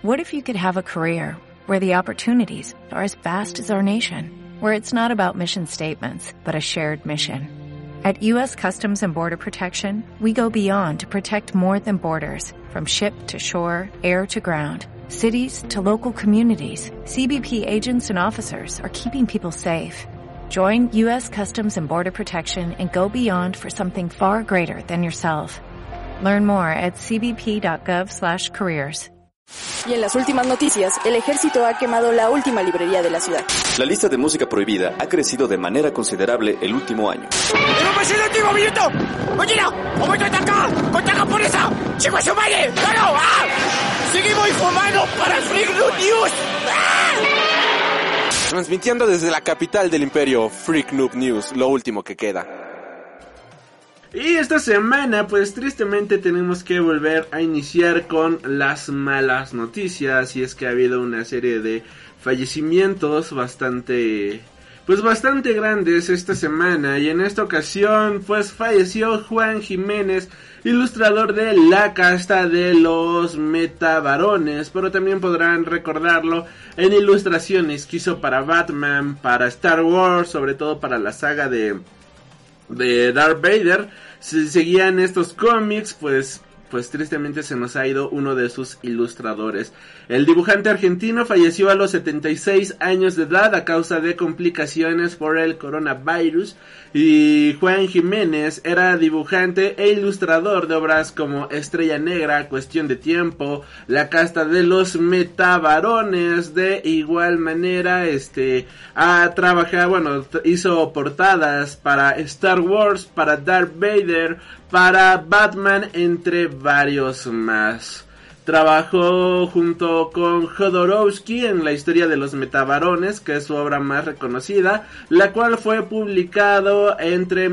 What if you could have a career where the opportunities are as vast as our nation, where it's not about mission statements, but a shared mission? At U.S. Customs and Border Protection, we go beyond to protect more than borders, from ship to shore, air to ground, cities to local communities. CBP agents and officers are keeping people safe. Join U.S. Customs and Border Protection and go beyond for something far greater than yourself. Learn more at cbp.gov/careers. Y en las últimas noticias, el ejército ha quemado la última librería de la ciudad. La lista de música prohibida ha crecido de manera considerable el último año. ¡Seguimos informando para Freak Noob News! Transmitiendo desde la capital del imperio, Freak Noob News, lo último que queda. Y esta semana, pues tristemente tenemos que volver a iniciar con las malas noticias. Y es que ha habido una serie de fallecimientos bastante grandes esta semana. Y en esta ocasión, pues falleció Juan Jiménez, ilustrador de La Casta de los Metabarones, pero también podrán recordarlo en ilustraciones que hizo para Batman, para Star Wars, sobre todo para la saga de Darth Vader. Si seguían estos cómics, pues tristemente se nos ha ido uno de sus ilustradores. El dibujante argentino falleció a los 76 años de edad a causa de complicaciones por el coronavirus. Y Juan Jiménez era dibujante e ilustrador de obras como Estrella Negra, Cuestión de Tiempo, La Casta de los Metabarones. De igual manera, ha trabajado, hizo portadas para Star Wars, para Darth Vader, para Batman, entre varios más. Trabajó junto con Jodorowsky en La Historia de los Metabarones, que es su obra más reconocida, la cual fue publicado entre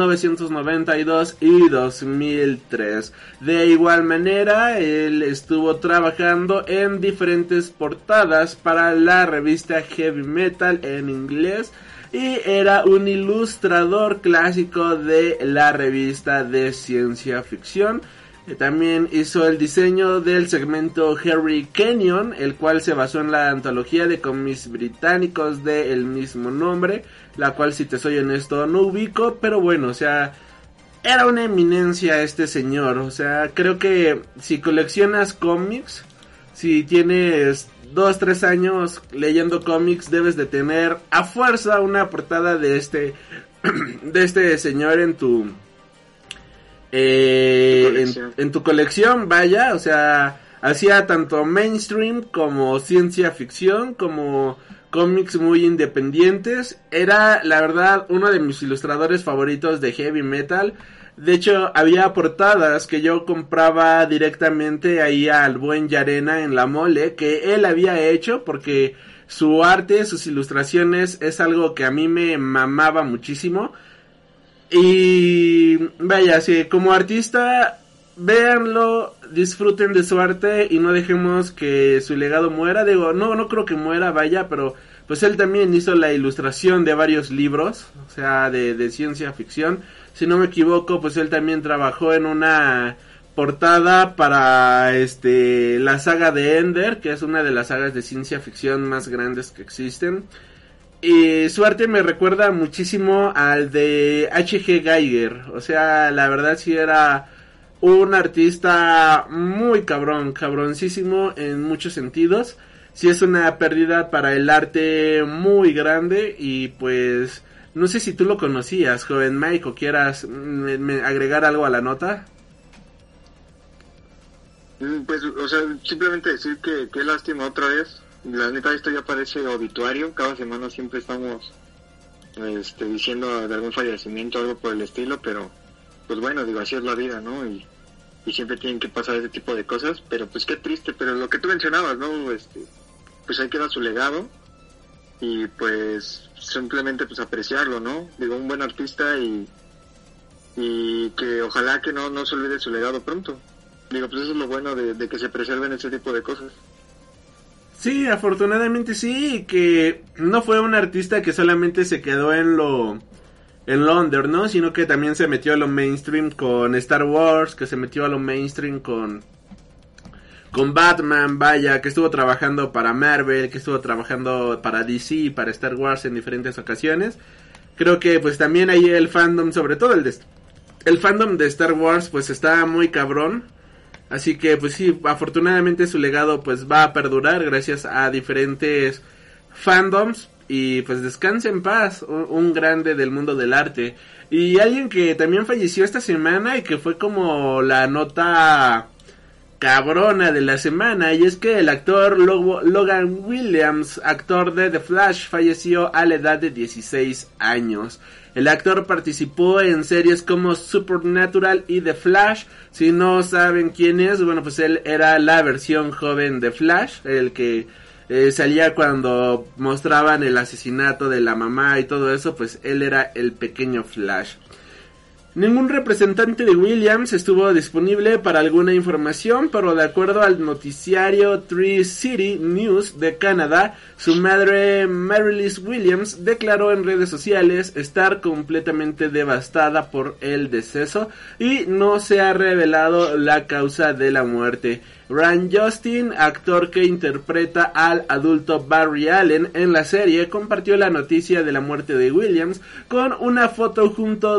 1992 y 2003. De igual manera, él estuvo trabajando en diferentes portadas para la revista Heavy Metal en inglés, y era un ilustrador clásico de la revista de ciencia ficción. También hizo el diseño del segmento Harry Kenyon, el cual se basó en la antología de cómics británicos del mismo nombre, la cual, si te soy honesto, no ubico, pero bueno, o sea, era una eminencia este señor. O sea, creo que si coleccionas cómics, si tienes 2-3 años leyendo cómics, debes de tener a fuerza una portada de este señor en tu en tu colección, vaya. O sea, hacía tanto mainstream como ciencia ficción, como cómics muy independientes. Era, la verdad, uno de mis ilustradores favoritos de heavy metal. De hecho, había portadas que yo compraba directamente ahí al buen Yarena en La Mole, que él había hecho, porque su arte, sus ilustraciones es algo que a mí me mamaba muchísimo. Y vaya, sí, como artista, véanlo, disfruten de su arte y no dejemos que su legado muera. Digo, no creo que muera, vaya, pero pues él también hizo la ilustración de varios libros, o sea, de ciencia ficción. Si no me equivoco, pues él también trabajó en una portada para la saga de Ender, que es una de las sagas de ciencia ficción más grandes que existen. Y su arte me recuerda muchísimo al de H.G. Geiger. O sea, la verdad sí era un artista muy cabroncísimo en muchos sentidos. Sí es una pérdida para el arte muy grande. Y pues, no sé si tú lo conocías, joven Mike, o quieras agregar algo a la nota. Pues, o sea, simplemente decir que qué lástima otra vez. La neta, esto ya parece obituario. Cada semana siempre estamos diciendo de algún fallecimiento o algo por el estilo, pero pues bueno, digo, así es la vida, ¿no? Y siempre tienen que pasar ese tipo de cosas, pero pues qué triste. Pero lo que tú mencionabas, ¿no? Pues ahí queda su legado y pues simplemente pues apreciarlo, ¿no? Digo, un buen artista y que ojalá que no se olvide su legado pronto. Digo, pues eso es lo bueno de que se preserven ese tipo de cosas. Sí, afortunadamente sí, que no fue un artista que solamente se quedó en lo under, ¿no? Sino que también se metió a lo mainstream con Star Wars, que se metió a lo mainstream con con Batman, vaya, que estuvo trabajando para Marvel, que estuvo trabajando para DC y para Star Wars en diferentes ocasiones. Creo que pues también ahí el fandom, sobre todo el fandom de Star Wars, pues está muy cabrón. Así que pues sí, afortunadamente su legado pues va a perdurar gracias a diferentes fandoms. Y pues descanse en paz, un grande del mundo del arte. Y alguien que también falleció esta semana y que fue como la nota cabrona de la semana, y es que el actor Logan Williams, actor de The Flash, falleció a la edad de 16 años. El actor participó en series como Supernatural y The Flash. Si no saben quién es, bueno, pues él era la versión joven de Flash, el que salía cuando mostraban el asesinato de la mamá y todo eso, pues él era el pequeño Flash. Ningún representante de Williams estuvo disponible para alguna información, pero de acuerdo al noticiario Three City News de Canadá, su madre Marylis Williams declaró en redes sociales estar completamente devastada por el deceso y no se ha revelado la causa de la muerte. Ryan Justin, actor que interpreta al adulto Barry Allen en la serie, compartió la noticia de la muerte de Williams con una foto junto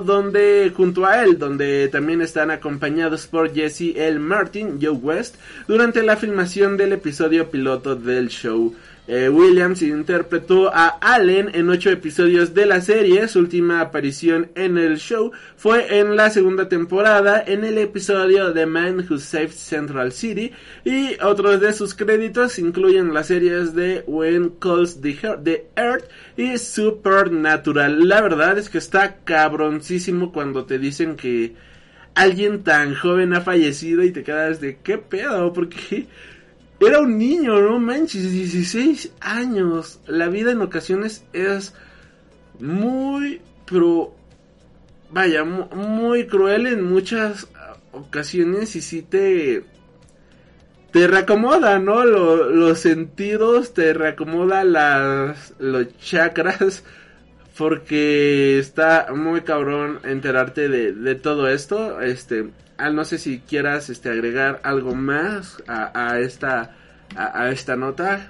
a él, donde también están acompañados por Jesse L. Martin, Joe West, durante la filmación del episodio piloto del show. Williams interpretó a Allen en 8 episodios de la serie. Su última aparición en el show fue en la segunda temporada, en el episodio The Man Who Saved Central City, y otros de sus créditos incluyen las series de When Calls the Earth y Supernatural. La verdad es que está cabroncísimo cuando te dicen que alguien tan joven ha fallecido y te quedas de ¿qué pedo? Porque era un niño, no manches, 16 años. La vida en ocasiones es muy, muy cruel en muchas ocasiones, y sí te reacomoda, ¿no? Los sentidos, te reacomoda los chakras, porque está muy cabrón enterarte de todo esto. No sé si quieras agregar algo más a esta nota.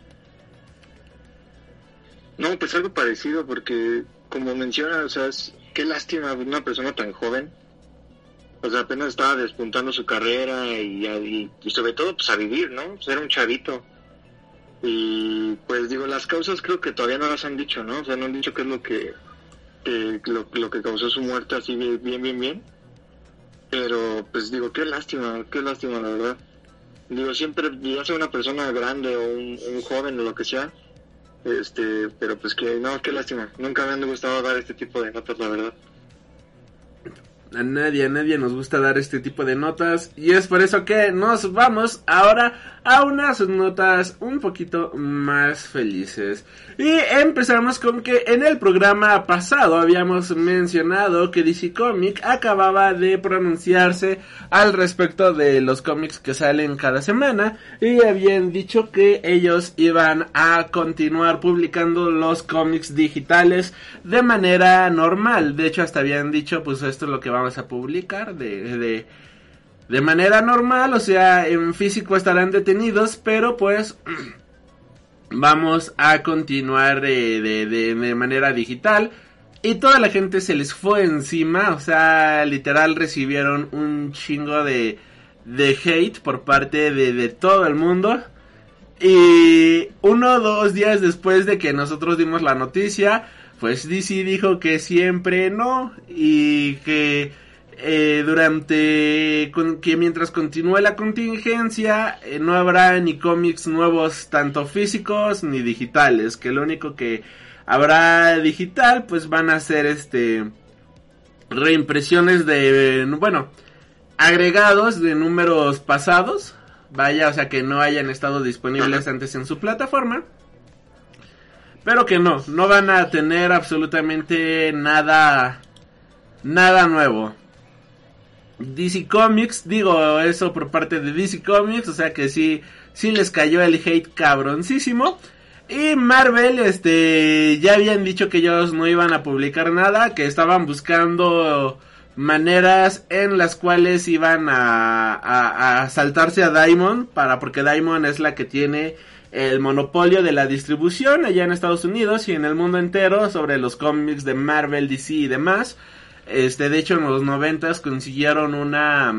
No, pues algo parecido, porque como menciona, o sea, qué lástima una persona tan joven. O sea, apenas estaba despuntando su carrera y sobre todo pues a vivir, ¿no? Pues era un chavito. Y pues digo, las causas creo que todavía no las han dicho, ¿no? O sea, no han dicho qué es lo que causó su muerte así bien. Pero pues digo, qué lástima la verdad. Digo, siempre, ya sea una persona grande o un joven o lo que sea, pero pues que no, qué lástima. Nunca me han gustado dar este tipo de notas, la verdad. A nadie nos gusta dar este tipo de notas, y es por eso que nos vamos ahora a unas notas un poquito más felices. Y empezamos con que en el programa pasado habíamos mencionado que DC Comics acababa de pronunciarse al respecto de los cómics que salen cada semana, y habían dicho que ellos iban a continuar publicando los cómics digitales de manera normal. De hecho, hasta habían dicho, pues esto es lo que vamos a publicar de manera normal, o sea, en físico estarán detenidos, pero pues vamos a continuar de manera digital. Y toda la gente se les fue encima, o sea, literal recibieron un chingo de hate por parte de todo el mundo. Y 1 o 2 días después de que nosotros dimos la noticia, pues DC dijo que siempre no, y que que mientras continúe la contingencia no habrá ni cómics nuevos, tanto físicos ni digitales, que lo único que habrá digital pues van a ser reimpresiones agregados de números pasados, vaya, o sea, que no hayan estado disponibles antes en su plataforma, pero que no van a tener absolutamente nada nuevo. DC Comics, digo eso por parte de DC Comics, o sea que sí les cayó el hate cabroncísimo. Y Marvel, ya habían dicho que ellos no iban a publicar nada, que estaban buscando maneras en las cuales iban a saltarse a Diamond, porque Diamond es la que tiene el monopolio de la distribución allá en Estados Unidos y en el mundo entero sobre los cómics de Marvel, DC y demás. De hecho, en los 90s consiguieron una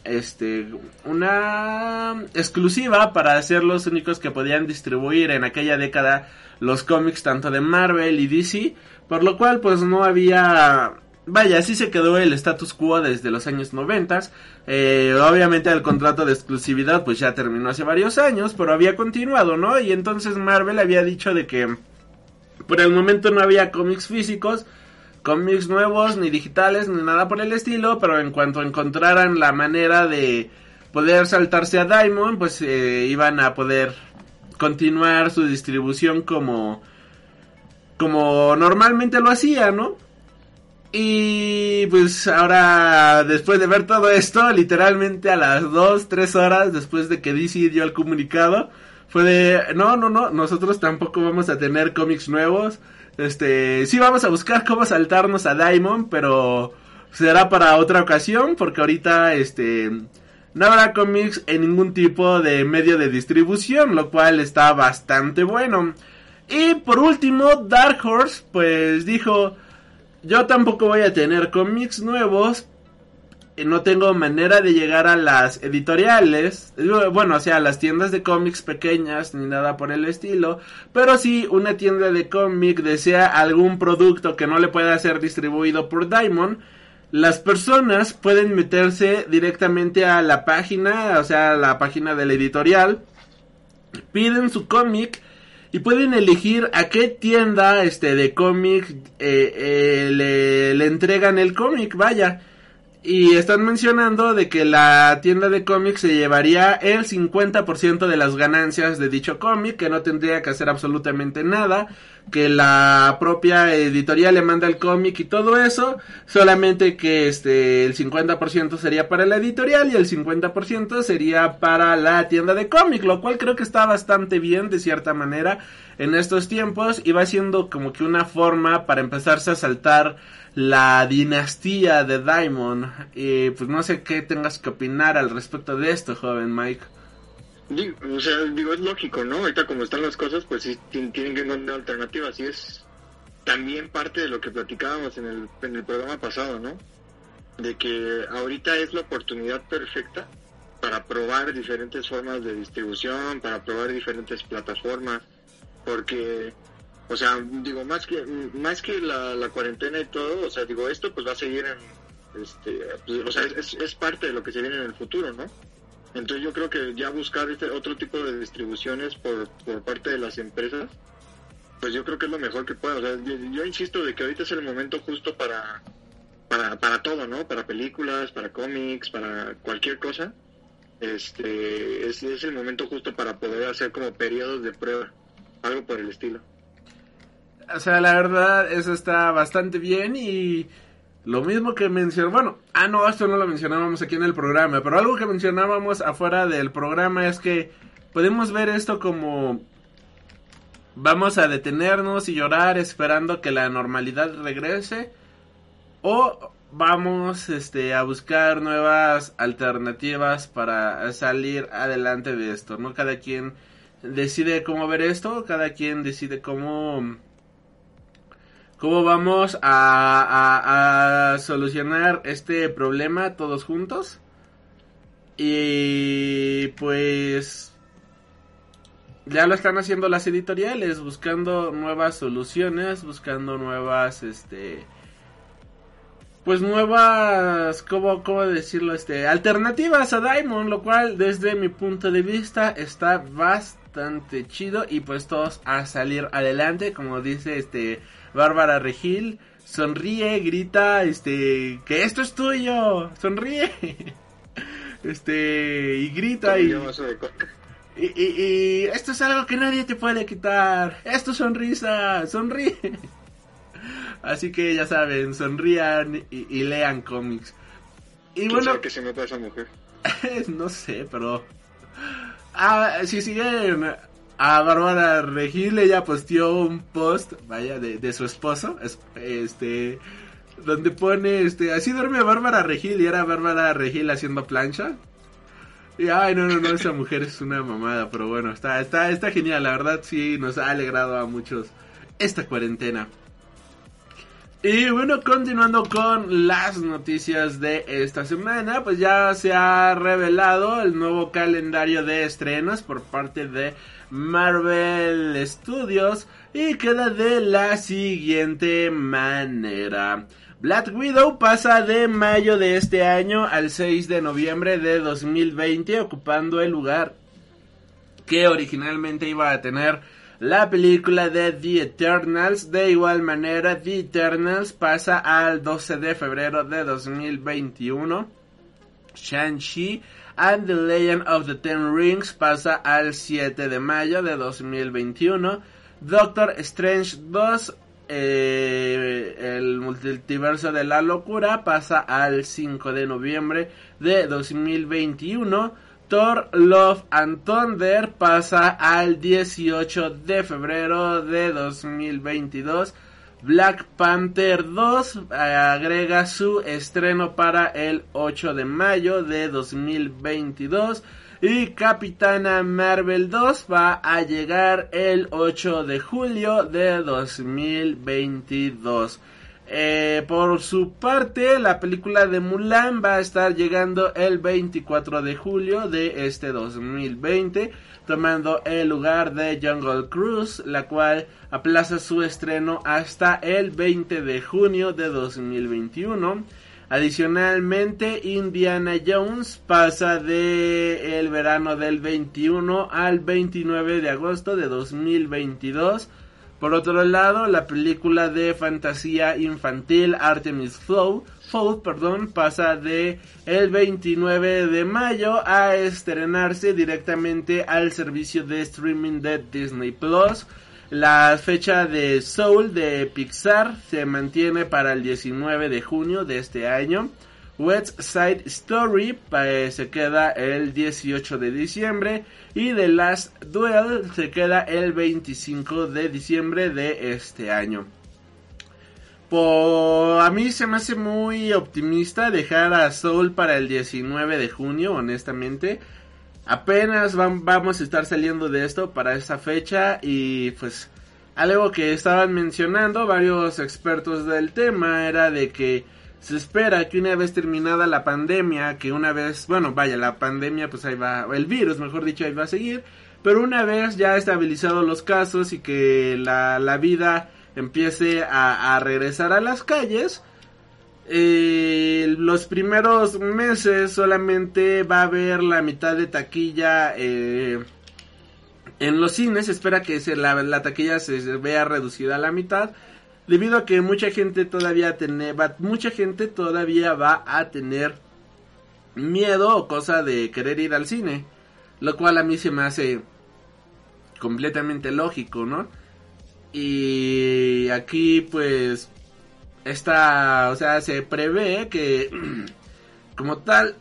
exclusiva para ser los únicos que podían distribuir en aquella década los cómics tanto de Marvel y DC, por lo cual pues no había... Vaya, así se quedó el status quo desde los años 90. Obviamente el contrato de exclusividad pues ya terminó hace varios años, pero había continuado, ¿no? Y entonces Marvel había dicho de que por el momento no había cómics físicos, cómics nuevos, ni digitales, ni nada por el estilo, pero en cuanto encontraran la manera de poder saltarse a Diamond, pues iban a poder continuar su distribución como normalmente lo hacía, ¿no? Y pues ahora, después de ver todo esto, literalmente a las 2-3 horas después de que DC dio el comunicado, fue de, no, nosotros tampoco vamos a tener cómics nuevos. Sí vamos a buscar cómo saltarnos a Diamond, pero será para otra ocasión, porque ahorita, no habrá cómics en ningún tipo de medio de distribución, lo cual está bastante bueno. Y por último, Dark Horse, pues dijo... Yo tampoco voy a tener cómics nuevos. No tengo manera de llegar a las editoriales. Bueno, o sea, a las tiendas de cómics pequeñas, ni nada por el estilo. Pero si una tienda de cómic desea algún producto que no le pueda ser distribuido por Diamond, las personas pueden meterse directamente a la página, o sea, la página de la editorial. Piden su cómic. Y pueden elegir a qué tienda de cómic le entregan el cómic, vaya. Y están mencionando de que la tienda de cómics se llevaría el 50% de las ganancias de dicho cómic, que no tendría que hacer absolutamente nada, que la propia editorial le manda el cómic y todo eso, solamente que el 50% sería para la editorial y el 50% sería para la tienda de cómic, lo cual creo que está bastante bien de cierta manera en estos tiempos y va siendo como que una forma para empezarse a saltar la dinastía de Diamond. Y pues no sé qué tengas que opinar al respecto de esto, joven Mike. Digo, es lógico, ¿no? Ahorita como están las cosas, pues sí tienen que encontrar alternativas. Y es también parte de lo que platicábamos en el programa pasado, ¿no? De que ahorita es la oportunidad perfecta para probar diferentes formas de distribución, para probar diferentes plataformas, porque... O sea, digo, más que la cuarentena y todo, o sea, digo, esto pues va a seguir pues, o sea, es parte de lo que se viene en el futuro, ¿no? Entonces yo creo que ya buscar otro tipo de distribuciones por parte de las empresas, pues yo creo que es lo mejor que pueda. O sea, yo insisto de que ahorita es el momento justo para todo, ¿no? Para películas, para cómics, para cualquier cosa. Es el momento justo para poder hacer como periodos de prueba, algo por el estilo. O sea, la verdad, eso está bastante bien y lo mismo que mencionó, esto no lo mencionábamos aquí en el programa, pero algo que mencionábamos afuera del programa es que podemos ver esto como vamos a detenernos y llorar esperando que la normalidad regrese, o vamos a buscar nuevas alternativas para salir adelante de esto, ¿no? Cada quien decide cómo ver esto, cada quien decide cómo vamos a solucionar este problema todos juntos. Y pues ya lo están haciendo las editoriales, buscando nuevas soluciones, buscando nuevas pues nuevas, ¿cómo decirlo? Alternativas a Diamond, lo cual desde mi punto de vista está bastante chido. Y pues todos a salir adelante, como dice Bárbara Regil, sonríe, grita, que esto es tuyo, sonríe, y grita y esto es algo que nadie te puede quitar, esto es sonrisa, sonríe. Así que ya saben, sonrían y lean cómics. Y bueno, que se meta esa mujer. No sé, pero si siguen a Bárbara Regil, ella posteó un post, vaya, de su esposo, donde pone, así duerme Bárbara Regil, y era Bárbara Regil haciendo plancha. Y ay, no, esa mujer es una mamada, pero bueno, está genial, la verdad sí nos ha alegrado a muchos esta cuarentena. Y bueno, continuando con las noticias de esta semana, pues ya se ha revelado el nuevo calendario de estrenos por parte de Marvel Studios y queda de la siguiente manera. Black Widow pasa de mayo de este año al 6 de noviembre de 2020, ocupando el lugar que originalmente iba a tener la película de The Eternals. De igual manera, The Eternals pasa al 12 de febrero de 2021. Shang-Chi and the Legend of the Ten Rings pasa al 7 de mayo de 2021. Doctor Strange 2, el multiverso de la locura, pasa al 5 de noviembre de 2021. Thor Love and Thunder pasa al 18 de febrero de 2022. Black Panther 2 agrega su estreno para el 8 de mayo de 2022. Y Capitana Marvel 2 va a llegar el 8 de julio de 2022. Por su parte, la película de Mulan va a estar llegando el 24 de julio de este 2020, tomando el lugar de Jungle Cruise, la cual aplaza su estreno hasta el 20 de junio de 2021. Adicionalmente, Indiana Jones pasa de el verano del 21 al 29 de agosto de 2022. Por otro lado, la película de fantasía infantil Artemis Fowl, pasa de el 29 de mayo a estrenarse directamente al servicio de streaming de Disney Plus. La fecha de Soul de Pixar se mantiene para el 19 de junio de este año. West Side Story se queda el 18 de diciembre y The Last Duel se queda el 25 de diciembre de este año. A mí se me hace muy optimista dejar a Soul para el 19 de junio, honestamente. Apenas vamos a estar saliendo de esto para esa fecha y pues algo que estaban mencionando varios expertos del tema era de que se espera que una vez terminada la pandemia, la pandemia pues ahí va, el virus mejor dicho ahí va a seguir, pero una vez ya estabilizados los casos y que la vida empiece a regresar a las calles, los primeros meses solamente va a haber la mitad de taquilla en los cines. Se espera que la taquilla se vea reducida a la mitad, debido a que mucha gente todavía va a tener miedo o cosa de querer ir al cine, lo cual a mí se me hace completamente lógico, ¿no? Y aquí pues se prevé que como tal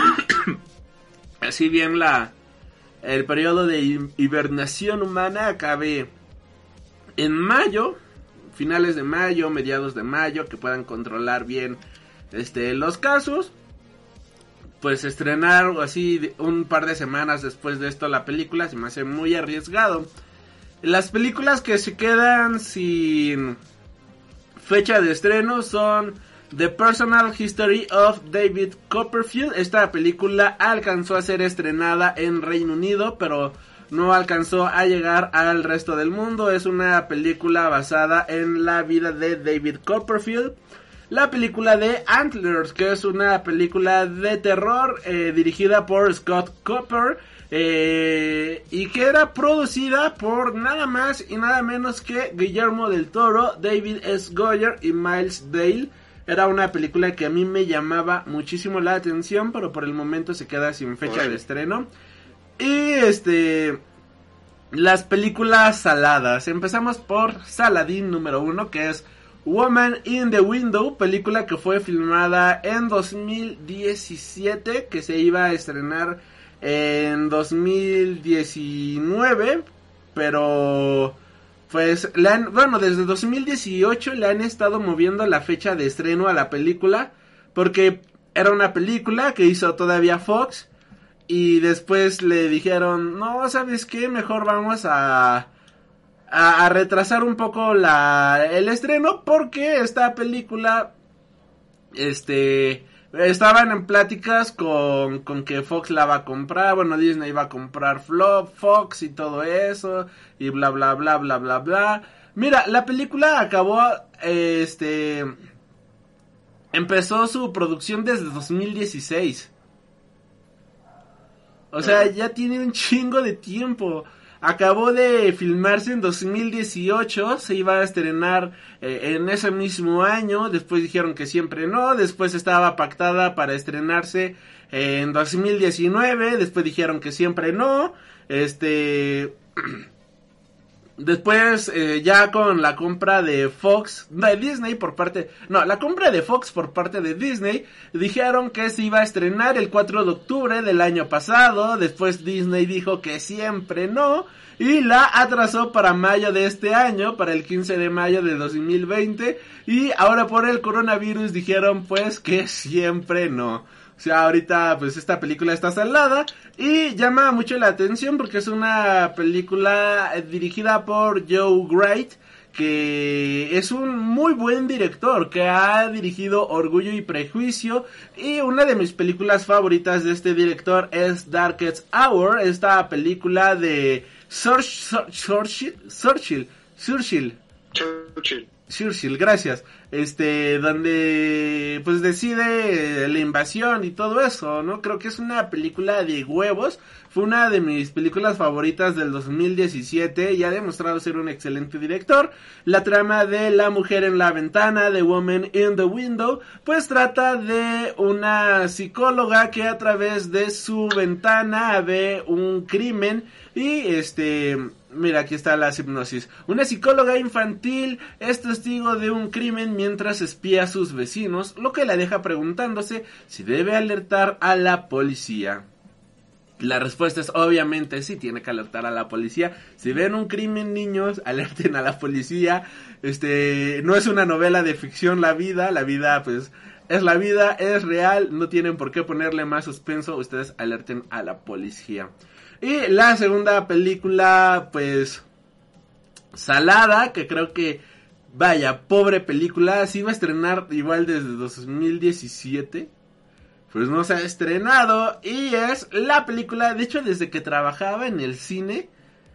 así bien el periodo de hibernación humana acabe en mayo, finales de mayo, mediados de mayo, que puedan controlar bien los casos, pues estrenar así un par de semanas después de esto la película se me hace muy arriesgado. Las películas que se quedan sin fecha de estreno son The Personal History of David Copperfield. Esta película alcanzó a ser estrenada en Reino Unido, pero no alcanzó a llegar al resto del mundo. Es una película basada en la vida de David Copperfield. La película de Antlers, que es una película de terror dirigida por Scott Cooper, y que era producida por nada más y nada menos que Guillermo del Toro, David S. Goyer y Miles Dale. Era una película que a mí me llamaba muchísimo la atención, pero por el momento se queda sin fecha de estreno. Y las películas saladas. Empezamos por Saladín número 1, que es Woman in the Window, película que fue filmada en 2017, que se iba a estrenar en 2019, pero pues desde 2018 le han estado moviendo la fecha de estreno a la película, porque era una película que hizo todavía Fox, y después le dijeron, no, ¿sabes qué? Mejor vamos a retrasar un poco el estreno, porque esta película, estaban en pláticas con que Fox la va a comprar, bueno, Disney va a comprar Fox y todo eso, y bla bla bla bla bla bla. Mira, la película acabó, empezó su producción desde 2016. O sea, ya tiene un chingo de tiempo. Acabó de filmarse en 2018, se iba a estrenar en ese mismo año, después dijeron que siempre no, después estaba pactada para estrenarse en 2019, después dijeron que siempre no, después ya con la compra de Fox, de Disney la compra de Fox por parte de Disney, dijeron que se iba a estrenar el 4 de octubre del año pasado, después Disney dijo que siempre no, y la atrasó para mayo de este año, para el 15 de mayo de 2020, y ahora por el coronavirus dijeron pues que siempre no. O sea, ahorita pues esta película está salada y llama mucho la atención porque es una película dirigida por Joe Wright, que es un muy buen director, que ha dirigido Orgullo y Prejuicio, y una de mis películas favoritas de este director es Darkest Hour, esta película de Churchill, gracias. Donde pues decide la invasión y todo eso, ¿no? Creo que es una película de huevos. Fue una de mis películas favoritas del 2017 y ha demostrado ser un excelente director. La trama de La mujer en la ventana, The Woman in the Window, pues trata de una psicóloga que a través de su ventana ve un crimen y mira, aquí está la hipnosis. Una psicóloga infantil es testigo de un crimen mientras espía a sus vecinos, lo que la deja preguntándose si debe alertar a la policía. La respuesta es obviamente sí, tiene que alertar a la policía. Si ven un crimen, niños, alerten a la policía. No es una novela de ficción la vida pues es la vida, es real, no tienen por qué ponerle más suspenso, ustedes alerten a la policía. Y la segunda película, pues, salada, que creo que, vaya, pobre película, se iba a estrenar igual desde 2017, pues no se ha estrenado, y es la película, de hecho, desde que trabajaba en el cine,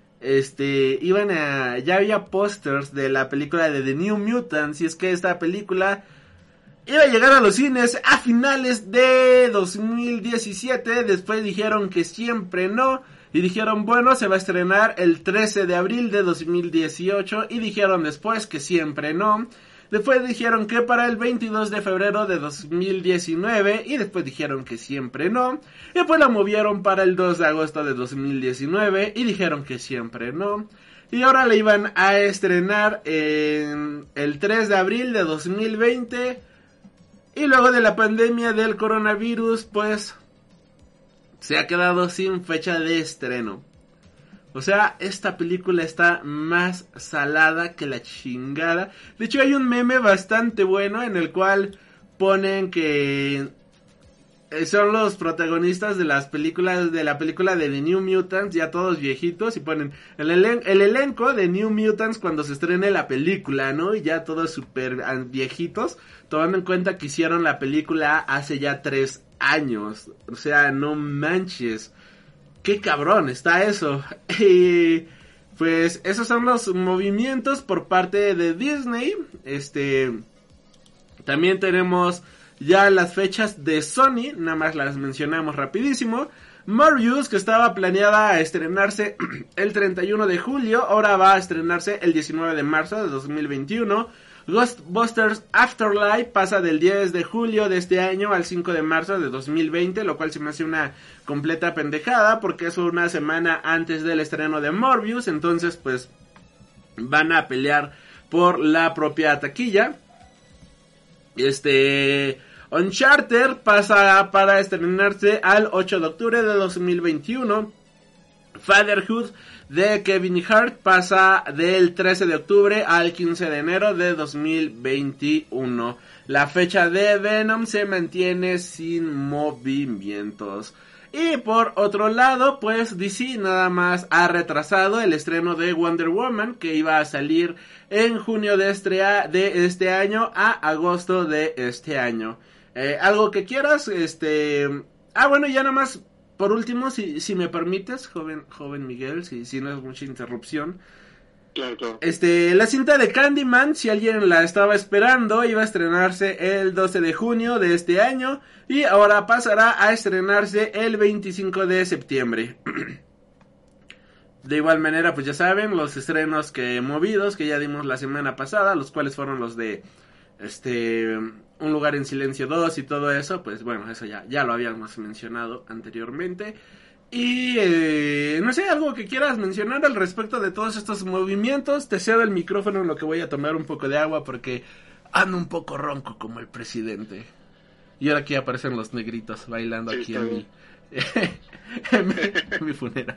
ya había pósters de la película de The New Mutants, y es que esta película iba a llegar a los cines a finales de 2017, después dijeron que siempre no, y dijeron bueno, se va a estrenar el 13 de abril de 2018, y dijeron después que siempre no, después dijeron que para el 22 de febrero de 2019, y después dijeron que siempre no, y después la movieron para el 2 de agosto de 2019, y dijeron que siempre no, y ahora la iban a estrenar en el 3 de abril de 2020, y luego de la pandemia del coronavirus, pues, se ha quedado sin fecha de estreno. O sea, esta película está más salada que la chingada. De hecho, hay un meme bastante bueno en el cual ponen que son los protagonistas de las películas, de la película de The New Mutants, ya todos viejitos, y ponen el elenco de New Mutants cuando se estrene la película, ¿no? Y ya todos súper viejitos, tomando en cuenta que hicieron la película hace ya 3 años. O sea, no manches. Qué cabrón está eso. Y pues esos son los movimientos por parte de Disney. También tenemos ya las fechas de Sony, nada más las mencionamos rapidísimo. Morbius, que estaba planeada a estrenarse el 31 de julio, ahora va a estrenarse el 19 de marzo de 2021. Ghostbusters Afterlife pasa del 10 de julio de este año al 5 de marzo de 2020, lo cual se me hace una completa pendejada porque es una semana antes del estreno de Morbius, entonces pues van a pelear por la propia taquilla. Uncharted pasa para estrenarse al 8 de octubre de 2021. Fatherhood de Kevin Hart pasa del 13 de octubre al 15 de enero de 2021. La fecha de Venom se mantiene sin movimientos. Y por otro lado, pues DC nada más ha retrasado el estreno de Wonder Woman, que iba a salir en junio de este año a agosto de este año. Algo que quieras, bueno, ya nada más, por último, si me permites, joven Miguel, si no es mucha interrupción. Claro. La cinta de Candyman, si alguien la estaba esperando, iba a estrenarse el 12 de junio de este año y ahora pasará a estrenarse el 25 de septiembre. De igual manera, pues ya saben, los estrenos movidos que ya dimos la semana pasada, los cuales fueron los de Un lugar en silencio 2 y todo eso, pues bueno, eso ya lo habíamos mencionado anteriormente. Y no sé, algo que quieras mencionar al respecto de todos estos movimientos. Te cedo el micrófono en lo que voy a tomar un poco de agua porque ando un poco ronco como el presidente. Y ahora aquí aparecen los negritos bailando aquí en mi funeral.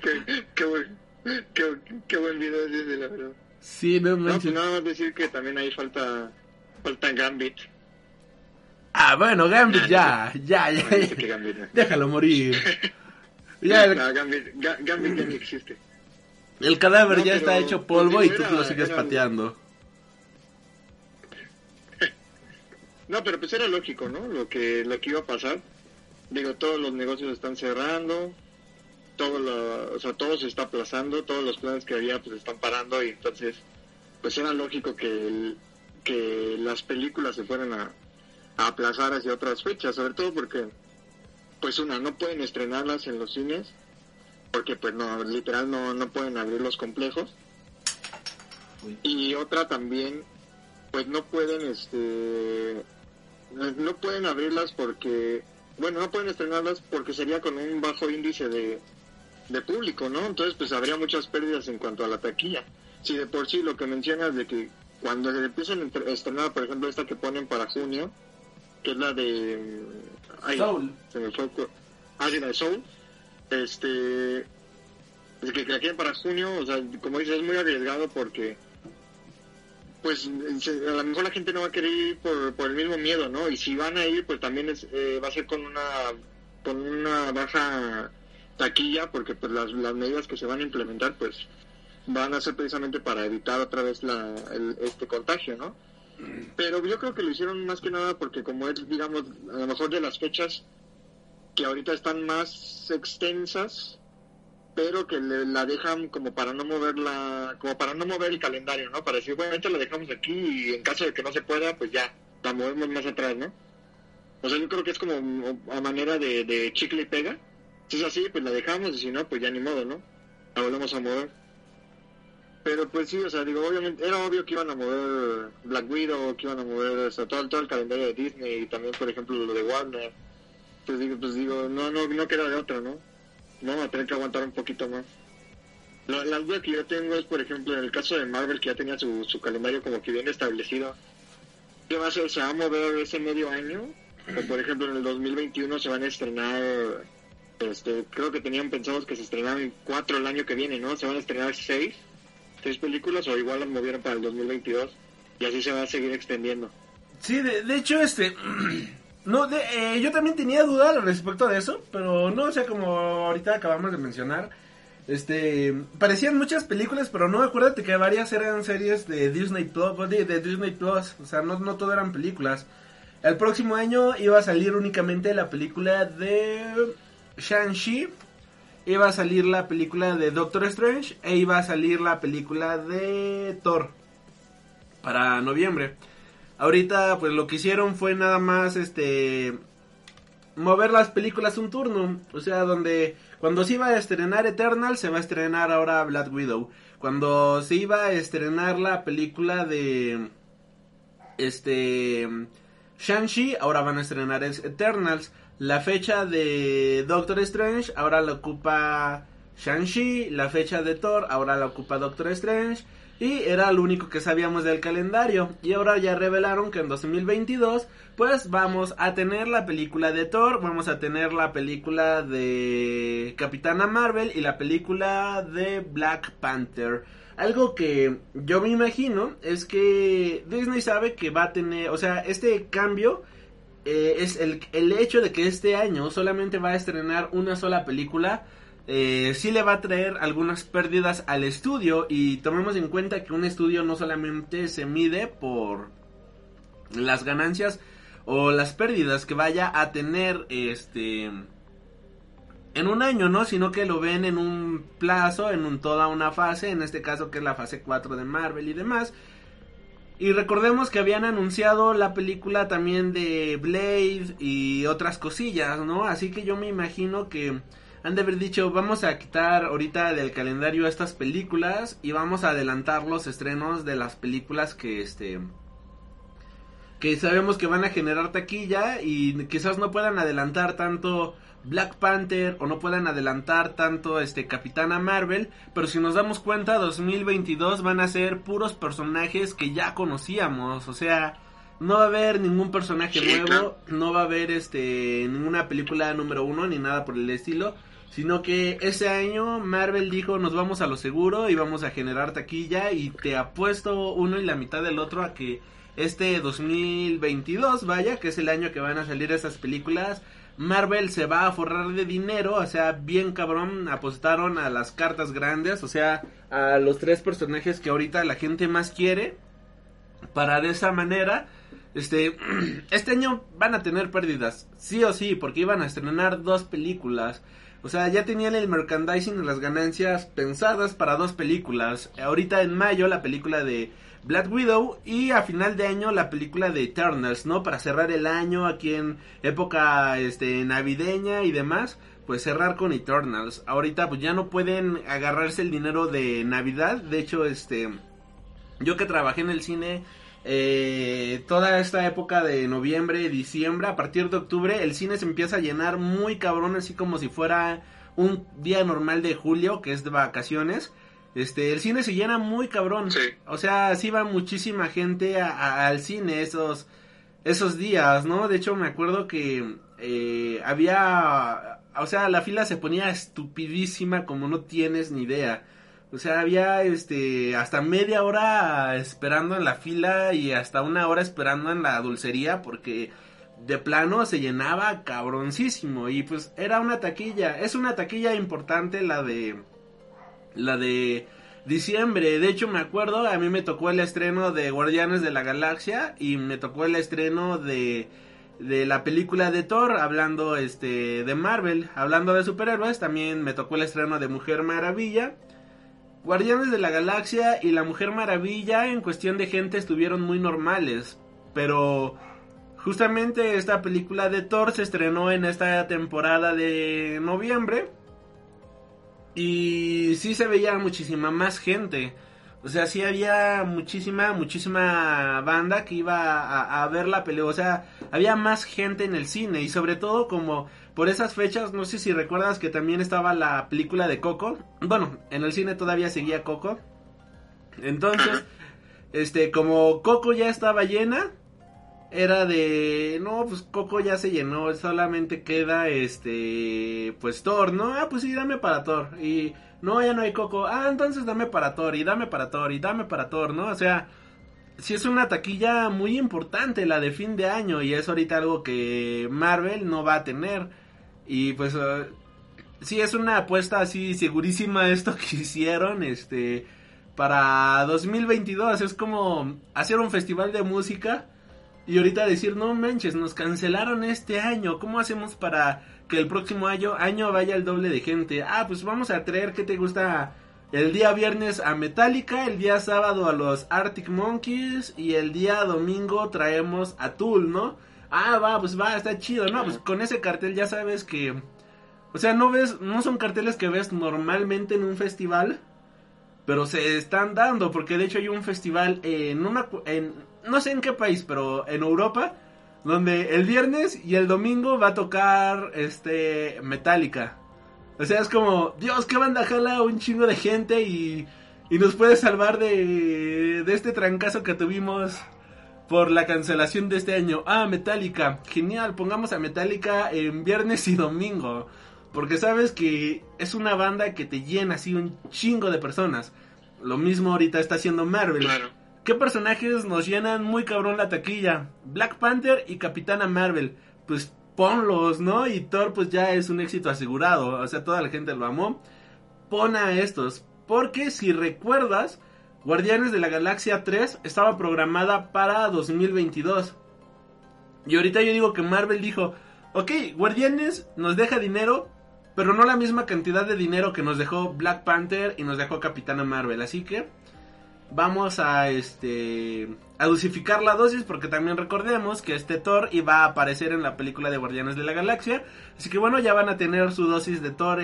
Qué buen video es ese, la verdad. Sí, no manches. Pues nada más decir que también ahí falta Gambit. Ah, bueno, Gambit ya. Gambit, no. Déjalo morir. Gambit ya ni existe. El cadáver ya pero, está hecho polvo pues, y tú lo sigues pateando. No, pero pues era lógico, ¿no? Lo que iba a pasar. Digo, todos los negocios están cerrando, todo se está aplazando, todos los planes que había pues están parando y entonces pues era lógico que las películas se fueran a aplazar hacia otras fechas, sobre todo porque pues no pueden estrenarlas en los cines porque pues no, literal no pueden abrir los complejos. Y otra también pues no pueden abrirlas porque no pueden estrenarlas porque sería con un bajo índice de público, ¿no? Entonces pues habría muchas pérdidas en cuanto a la taquilla. Si de por sí lo que mencionas de que cuando se empiezan a estrenar, por ejemplo esta que ponen para junio, que es la de Soul. Se me fue la de Soul. Es que la quieren para junio, o sea, como dices, es muy arriesgado porque pues a lo mejor la gente no va a querer ir por el mismo miedo, ¿no? Y si van a ir, pues también va a ser con una baja taquilla, porque pues las medidas que se van a implementar, pues van a ser precisamente para evitar otra vez este contagio, ¿no? Pero yo creo que lo hicieron más que nada porque como es, digamos, a lo mejor de las fechas que ahorita están más extensas, pero que la dejan como para no mover el calendario, ¿no? Para decir, bueno, la dejamos aquí y en caso de que no se pueda, pues ya, la movemos más atrás, ¿no? O sea, yo creo que es como a manera de chicle y pega. Si es así, pues la dejamos y si no, pues ya ni modo, ¿no? La volvemos a mover. Pero pues sí, o sea, digo, obviamente, era obvio que iban a mover Black Widow, que iban a mover todo el calendario de Disney y también, por ejemplo, lo de Warner. Pues digo, no queda de otra, ¿no? Vamos a tener que aguantar un poquito más. La duda que yo tengo es, por ejemplo, en el caso de Marvel, que ya tenía su calendario como que bien establecido. ¿Qué va a hacer? ¿Se va a mover ese medio año? O, por ejemplo, en el 2021 se van a estrenar, creo que tenían pensados que se estrenaran 4 el año que viene, ¿no? Se van a estrenar 6 películas o igual las movieron para el 2022 y así se va a seguir extendiendo. Sí, de hecho, yo también tenía duda al respecto de eso, pero no, o sea, como ahorita acabamos de mencionar, parecían muchas películas, pero no, acuérdate que varias eran series de Disney Plus, o sea, no todo eran películas. El próximo año iba a salir únicamente la película de Shang-Chi, iba a salir la película de Doctor Strange e iba a salir la película de Thor para noviembre. Ahorita pues lo que hicieron fue nada más mover las películas un turno, o sea, donde cuando se iba a estrenar Eternal se va a estrenar ahora Black Widow. Cuando se iba a estrenar la película de Shang-Chi, ahora van a estrenar Eternals. La fecha de Doctor Strange ahora la ocupa Shang-Chi, la fecha de Thor, ahora la ocupa Doctor Strange, y era lo único que sabíamos del calendario. Y ahora ya revelaron que en 2022 pues vamos a tener la película de Thor, vamos a tener la película de Capitana Marvel y la película de Black Panther. Algo que yo me imagino es que Disney sabe que va a tener, o sea, este cambio es el hecho de que este año solamente va a estrenar una sola película. Sí le va a traer algunas pérdidas al estudio, y tomemos en cuenta que un estudio no solamente se mide por las ganancias o las pérdidas que vaya a tener en un año, ¿no? Sino que lo ven en un plazo, toda una fase, en este caso que es la fase 4 de Marvel y demás. Y recordemos que habían anunciado la película también de Blade y otras cosillas, ¿no? Así que yo me imagino que han de haber dicho, vamos a quitar ahorita del calendario estas películas y vamos a adelantar los estrenos de las películas que sabemos que van a generar taquilla, y quizás no puedan adelantar tanto Black Panther o no puedan adelantar tanto Capitana Marvel, pero si nos damos cuenta 2022 van a ser puros personajes que ya conocíamos, o sea, no va a haber ningún personaje nuevo, no va a haber ninguna película número 1 ni nada por el estilo, sino que ese año Marvel dijo, nos vamos a lo seguro y vamos a generar taquilla, y te apuesto uno y la mitad del otro a que 2022, vaya, que es el año que van a salir esas películas, Marvel se va a forrar de dinero, o sea, bien cabrón, apostaron a las cartas grandes, o sea, a los 3 personajes que ahorita la gente más quiere, para de esa manera, este año van a tener pérdidas, sí o sí, porque iban a estrenar 2 películas. O sea, ya tenían el merchandising y las ganancias pensadas para 2 películas. Ahorita en mayo la película de Black Widow, y a final de año la película de Eternals, ¿no? Para cerrar el año aquí en época navideña y demás, pues cerrar con Eternals. Ahorita pues ya no pueden agarrarse el dinero de Navidad. De hecho, yo que trabajé en el cine toda esta época de noviembre, diciembre, a partir de octubre el cine se empieza a llenar muy cabrón, así como si fuera un día normal de julio, que es de vacaciones. El cine se llena muy cabrón, sí. O sea, sí va muchísima gente al cine esos días, ¿no? De hecho me acuerdo que había, o sea, la fila se ponía estupidísima como no tienes ni idea. O sea, había hasta media hora esperando en la fila y hasta 1 hora esperando en la dulcería, porque de plano se llenaba cabroncísimo. Y pues era una taquilla, es una taquilla importante la de diciembre. De hecho me acuerdo, a mí me tocó el estreno de Guardianes de la Galaxia y me tocó el estreno de la película de Thor, hablando de Marvel, hablando de superhéroes. También me tocó el estreno de Mujer Maravilla. Guardianes de la Galaxia y la Mujer Maravilla en cuestión de gente estuvieron muy normales, pero justamente esta película de Thor se estrenó en esta temporada de noviembre y sí se veía muchísima más gente. O sea, sí había muchísima banda que iba a ver la pelea. O sea, había más gente en el cine. Y sobre todo como por esas fechas, no sé si recuerdas que también estaba la película de Coco. Bueno, en el cine todavía seguía Coco. Entonces, como Coco ya estaba llena, era de, no, pues Coco ya se llenó, solamente queda pues Thor, ¿no? Ah, pues sí, dame para Thor. Y no, ya no hay Coco. Ah, entonces dame para Thor, y dame para Thor, y dame para Thor, ¿no? O sea, sí es una taquilla muy importante la de fin de año, y es ahorita algo que Marvel no va a tener. Y pues sí es una apuesta así segurísima esto que hicieron para 2022. Es como hacer un festival de música y ahorita decir, no manches, nos cancelaron este año, ¿cómo hacemos para que el próximo año vaya el doble de gente? Ah, pues vamos a traer, ¿qué te gusta? El día viernes a Metallica, el día sábado a los Arctic Monkeys y el día domingo traemos a Tool, ¿no? Ah, va, pues va, está chido, ¿no? Pues con ese cartel ya sabes que, o sea, no son carteles que ves normalmente en un festival, pero se están dando, porque de hecho hay un festival no sé en qué país, pero en Europa, donde el viernes y el domingo va a tocar Metallica. O sea, es como, Dios, ¿qué banda jala un chingo de gente y nos puede salvar de este trancazo que tuvimos por la cancelación de este año? Ah, Metallica, genial, pongamos a Metallica en viernes y domingo, porque sabes que es una banda que te llena así un chingo de personas. Lo mismo ahorita está haciendo Marvel. Claro. ¿Qué personajes nos llenan muy cabrón la taquilla? Black Panther y Capitana Marvel. Pues ponlos, ¿no? Y Thor pues ya es un éxito asegurado. O sea, toda la gente lo amó. Pon a estos. Porque si recuerdas, Guardianes de la Galaxia 3 estaba programada para 2022. Y ahorita yo digo que Marvel dijo, ok, Guardianes nos deja dinero, pero no la misma cantidad de dinero que nos dejó Black Panther y nos dejó Capitana Marvel. Así que vamos a dosificar la dosis, porque también recordemos que Thor iba a aparecer en la película de Guardianes de la Galaxia. Así que bueno, ya van a tener su dosis de Thor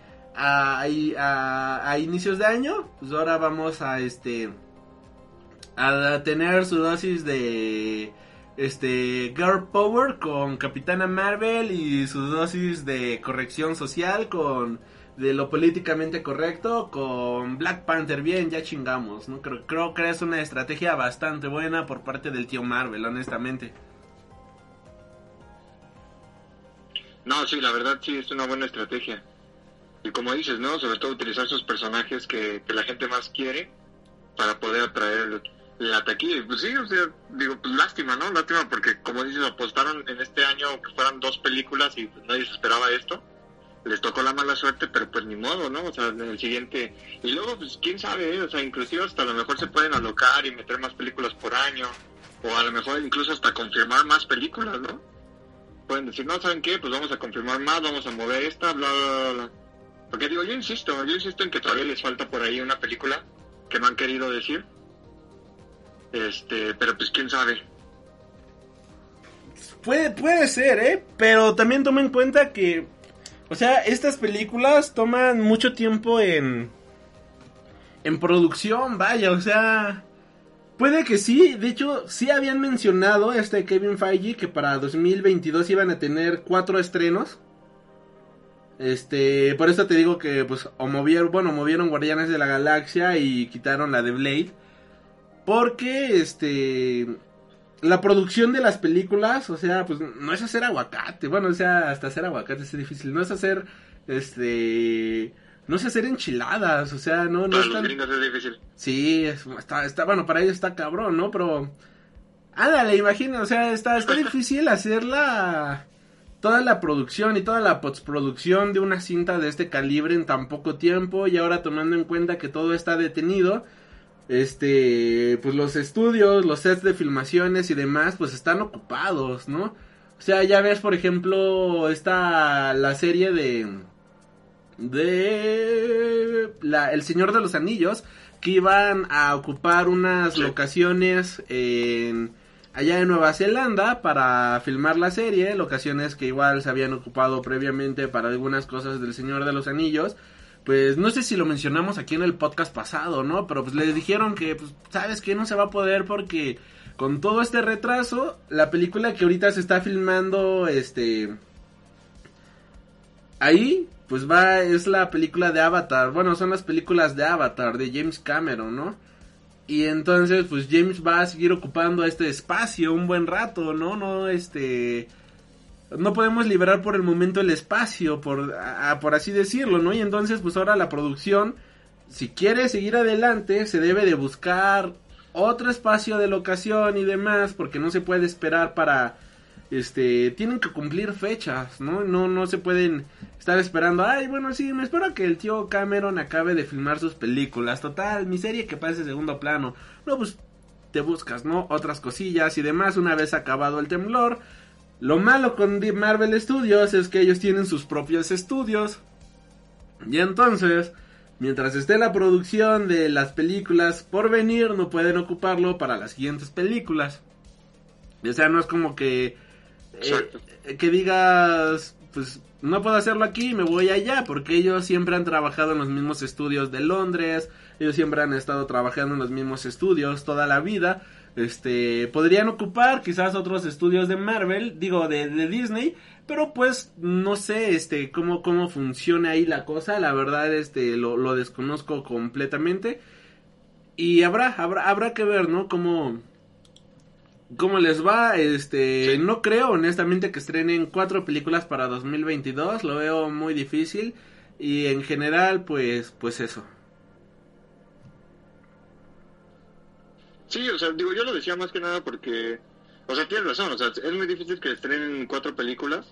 a inicios de año. Pues ahora vamos a tener su dosis de Girl Power con Capitana Marvel y su dosis de corrección social de lo políticamente correcto con Black Panther. Bien, ya chingamos, ¿no? Creo que es una estrategia bastante buena por parte del tío Marvel, honestamente. No, sí, la verdad sí es una buena estrategia. Y como dices, ¿no? Sobre todo utilizar sus personajes que la gente más quiere para poder atraer la taquilla. Pues sí, o sea, digo, pues lástima, ¿no? Lástima porque, como dices, apostaron en este año que fueran 2 películas y pues nadie se esperaba esto. Les tocó la mala suerte, pero pues ni modo, ¿no? O sea, en el siguiente... Y luego, pues, quién sabe, O sea, inclusive hasta a lo mejor se pueden alocar y meter más películas por año. O a lo mejor incluso hasta confirmar más películas, ¿no? Pueden decir, no, ¿saben qué? Pues vamos a confirmar más, vamos a mover esta, bla, bla, bla. Porque digo, yo insisto en que todavía les falta por ahí una película que me han querido decir. Pero pues quién sabe. Puede ser, pero también toma en cuenta que, o sea, estas películas toman mucho tiempo en producción, vaya, o sea, puede que sí. De hecho, sí habían mencionado Kevin Feige que para 2022 iban a tener 4 estrenos. Por eso te digo que pues movieron Guardianes de la Galaxia y quitaron la de Blade, porque la producción de las películas, o sea, pues no es hacer aguacate. Bueno, o sea, hasta hacer aguacate es difícil. No es hacer no es hacer enchiladas, o sea, no para es los tan... gringos es difícil. Sí, está bueno, para ellos está cabrón, ¿no? Pero ándale, imagina, o sea, está difícil hacer toda la producción y toda la postproducción de una cinta de este calibre en tan poco tiempo. Y ahora, tomando en cuenta que todo está detenido, pues los estudios, los sets de filmaciones y demás, pues están ocupados, ¿no? O sea, ya ves, por ejemplo, la serie El Señor de los Anillos, que iban a ocupar unas locaciones allá en Nueva Zelanda para filmar la serie, locaciones que igual se habían ocupado previamente para algunas cosas del Señor de los Anillos. Pues no sé si lo mencionamos aquí en el podcast pasado, ¿no? Pero pues les dijeron que, pues, ¿sabes qué? No se va a poder porque con todo este retraso, la película que ahorita se está filmando, ahí, pues es la película de Avatar. Bueno, son las películas de Avatar, de James Cameron, ¿no? Y entonces, pues James va a seguir ocupando este espacio un buen rato, ¿no? No podemos liberar por el momento el espacio, por así decirlo, ¿no? Y entonces, pues ahora la producción, si quiere seguir adelante, se debe de buscar otro espacio de locación y demás, porque no se puede esperar para... tienen que cumplir fechas, ¿no? No se pueden estar esperando, ay, bueno, sí, me espero a que el tío Cameron acabe de filmar sus películas, total, mi serie que pase segundo plano. No, pues te buscas, ¿no? Otras cosillas y demás una vez acabado el temblor. Lo malo con Marvel Studios es que ellos tienen sus propios estudios. Y entonces, mientras esté la producción de las películas por venir, no pueden ocuparlo para las siguientes películas. O sea, no es como que digas, pues no puedo hacerlo aquí, me voy allá, porque ellos siempre han trabajado en los mismos estudios de Londres, ellos siempre han estado trabajando en los mismos estudios toda la vida. Podrían ocupar quizás otros estudios de Marvel, digo, de Disney, pero pues no sé, cómo funciona ahí la cosa, la verdad, lo desconozco completamente. Y habrá que ver, ¿no? Cómo les va. Sí. No creo honestamente que estrenen 4 películas para 2022, lo veo muy difícil. Y en general, pues eso. Sí, o sea, digo, yo lo decía más que nada porque, o sea, tienes razón, o sea, es muy difícil que estrenen 4 películas,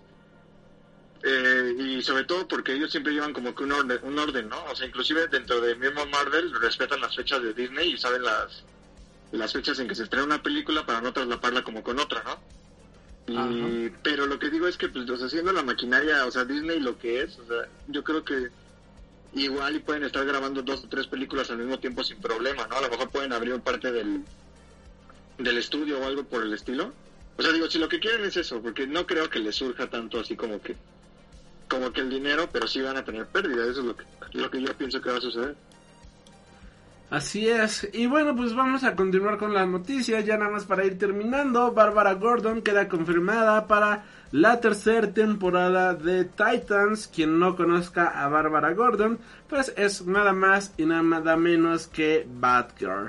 y sobre todo porque ellos siempre llevan como que un orden, ¿no? O sea, inclusive dentro de mismo Marvel respetan las fechas de Disney y saben las fechas en que se estrena una película para no traslaparla como con otra, ¿no? Pero lo que digo es que, pues, o sea, haciendo la maquinaria, o sea, Disney lo que es, o sea, yo creo que igual y pueden estar grabando 2 o 3 películas al mismo tiempo sin problema, ¿no? A lo mejor pueden abrir parte del estudio o algo por el estilo. O sea, digo, si lo que quieren es eso, porque no creo que les surja tanto así como que el dinero, pero sí van a tener pérdida, eso es lo que yo pienso que va a suceder. Así es, y bueno, pues vamos a continuar con las noticias, ya nada más para ir terminando. Bárbara Gordon queda confirmada para la 3ª temporada de Titans. Quien no conozca a Bárbara Gordon, pues es nada más y nada menos que Batgirl.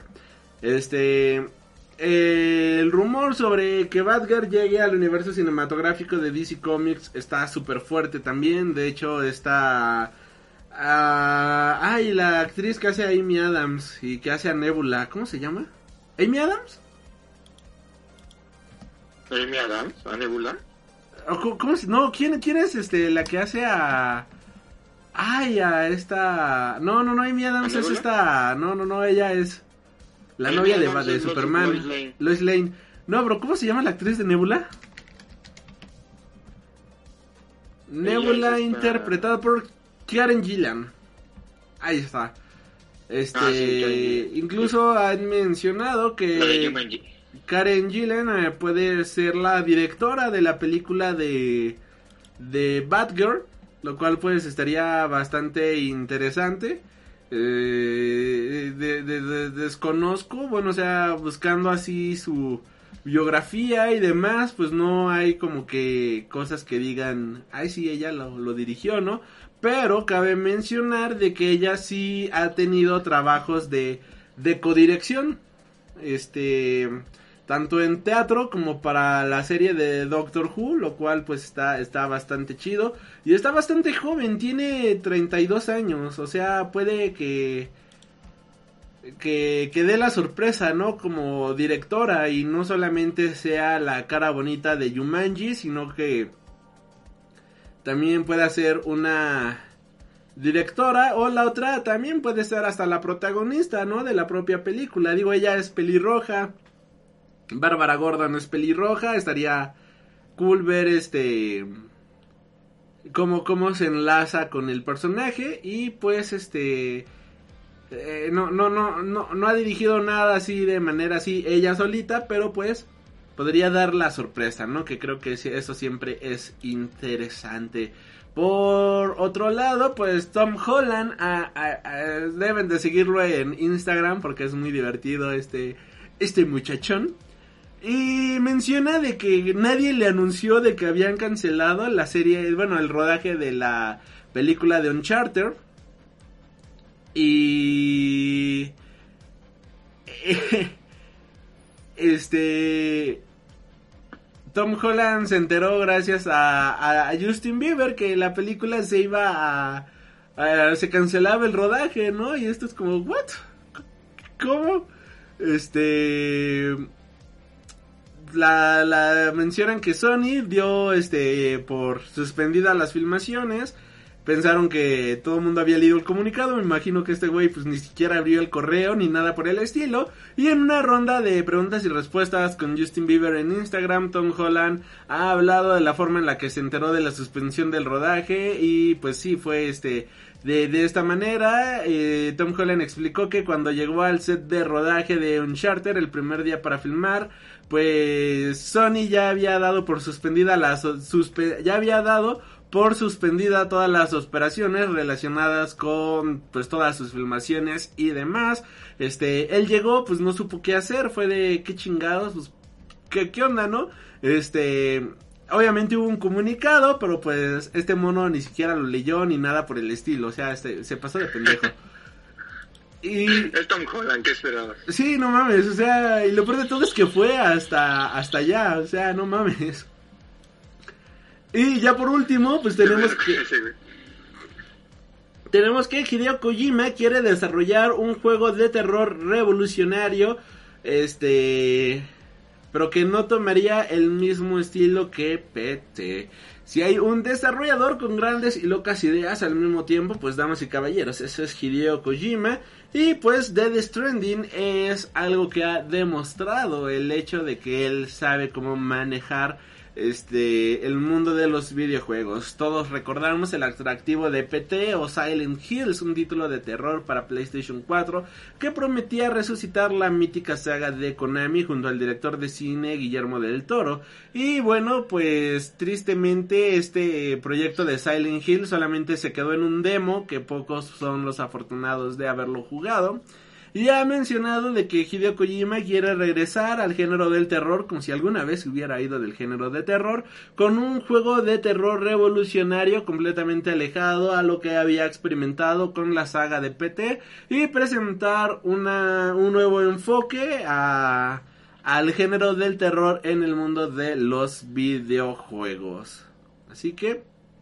El rumor sobre que Batgirl llegue al universo cinematográfico de DC Comics está súper fuerte también. De hecho está... la actriz que hace a Amy Adams y que hace a Nebula, ¿cómo se llama? ¿Amy Adams? ¿Amy Adams? ¿A Nebula? ¿Cómo se...? No, ¿quién es la que hace a... a esta... No, Amy Adams es esta... No, ella es la novia de Superman, Lois Lane. No, pero ¿cómo se llama la actriz de Nebula? Nebula interpretada por Karen Gillan. Ahí está. Sí, incluso han mencionado que Karen Gillan puede ser la directora de la película de Batgirl, lo cual pues estaría bastante interesante. Desconozco, bueno, o sea, buscando así su biografía y demás, pues no hay como que cosas que digan, sí, ella lo dirigió, ¿no? Pero cabe mencionar de que ella sí ha tenido trabajos de codirección, tanto en teatro como para la serie de Doctor Who, lo cual pues está bastante chido. Y está bastante joven, tiene 32 años, o sea, puede que dé la sorpresa, ¿no? Como directora, y no solamente sea la cara bonita de Jumanji, sino que también puede ser una directora, o la otra también puede ser hasta la protagonista, ¿no? De la propia película. Digo, ella es pelirroja, Bárbara Gordon es pelirroja, estaría cool ver cómo se enlaza con el personaje. Y pues no ha dirigido nada así de manera así ella solita, pero pues podría dar la sorpresa, ¿no? Que creo que eso siempre es interesante. Por otro lado, pues Tom Holland, deben de seguirlo en Instagram porque es muy divertido este muchachón. Y menciona de que nadie le anunció de que habían cancelado la serie, bueno, el rodaje de la película de Uncharted. Y Tom Holland se enteró gracias a Justin Bieber que la película se cancelaba el rodaje, ¿no? Y esto es como, ¿what? ¿Cómo? La mencionan que Sony dio por suspendida las filmaciones. Pensaron que todo el mundo había leído el comunicado. Me imagino que este güey pues ni siquiera abrió el correo ni nada por el estilo. Y en una ronda de preguntas y respuestas con Justin Bieber en Instagram, Tom Holland ha hablado de la forma en la que se enteró de la suspensión del rodaje. Y pues sí, fue de esta manera. Tom Holland explicó que cuando llegó al set de rodaje de Uncharted el primer día para filmar, pues Sony ya había dado por suspendida por suspendida todas las operaciones relacionadas con pues todas sus filmaciones y demás. Él llegó, pues no supo qué hacer, fue de qué chingados, pues qué onda, ¿no? Obviamente hubo un comunicado, pero pues este mono ni siquiera lo leyó ni nada por el estilo, o sea, se pasó de pendejo. Y es Tom Holland, ¿qué esperabas? Sí, no mames, o sea, y lo peor de todo es que fue hasta allá, o sea, no mames. Y ya por último, pues tenemos que Hideo Kojima quiere desarrollar un juego de terror revolucionario, pero que no tomaría el mismo estilo que PT. Si hay un desarrollador con grandes y locas ideas al mismo tiempo, pues damas y caballeros, eso es Hideo Kojima. Y pues Death Stranding es algo que ha demostrado el hecho de que él sabe cómo manejar el mundo de los videojuegos. Todos recordamos el atractivo de PT o Silent Hills, un título de terror para PlayStation 4 que prometía resucitar la mítica saga de Konami junto al director de cine Guillermo del Toro. Y bueno, pues tristemente este proyecto de Silent Hill solamente se quedó en un demo, que pocos son los afortunados de haberlo jugado. Y ha mencionado de que Hideo Kojima quiere regresar al género del terror, como si alguna vez hubiera ido del género de terror, con un juego de terror revolucionario completamente alejado a lo que había experimentado con la saga de PT, y presentar un nuevo enfoque al género del terror en el mundo de los videojuegos. Así que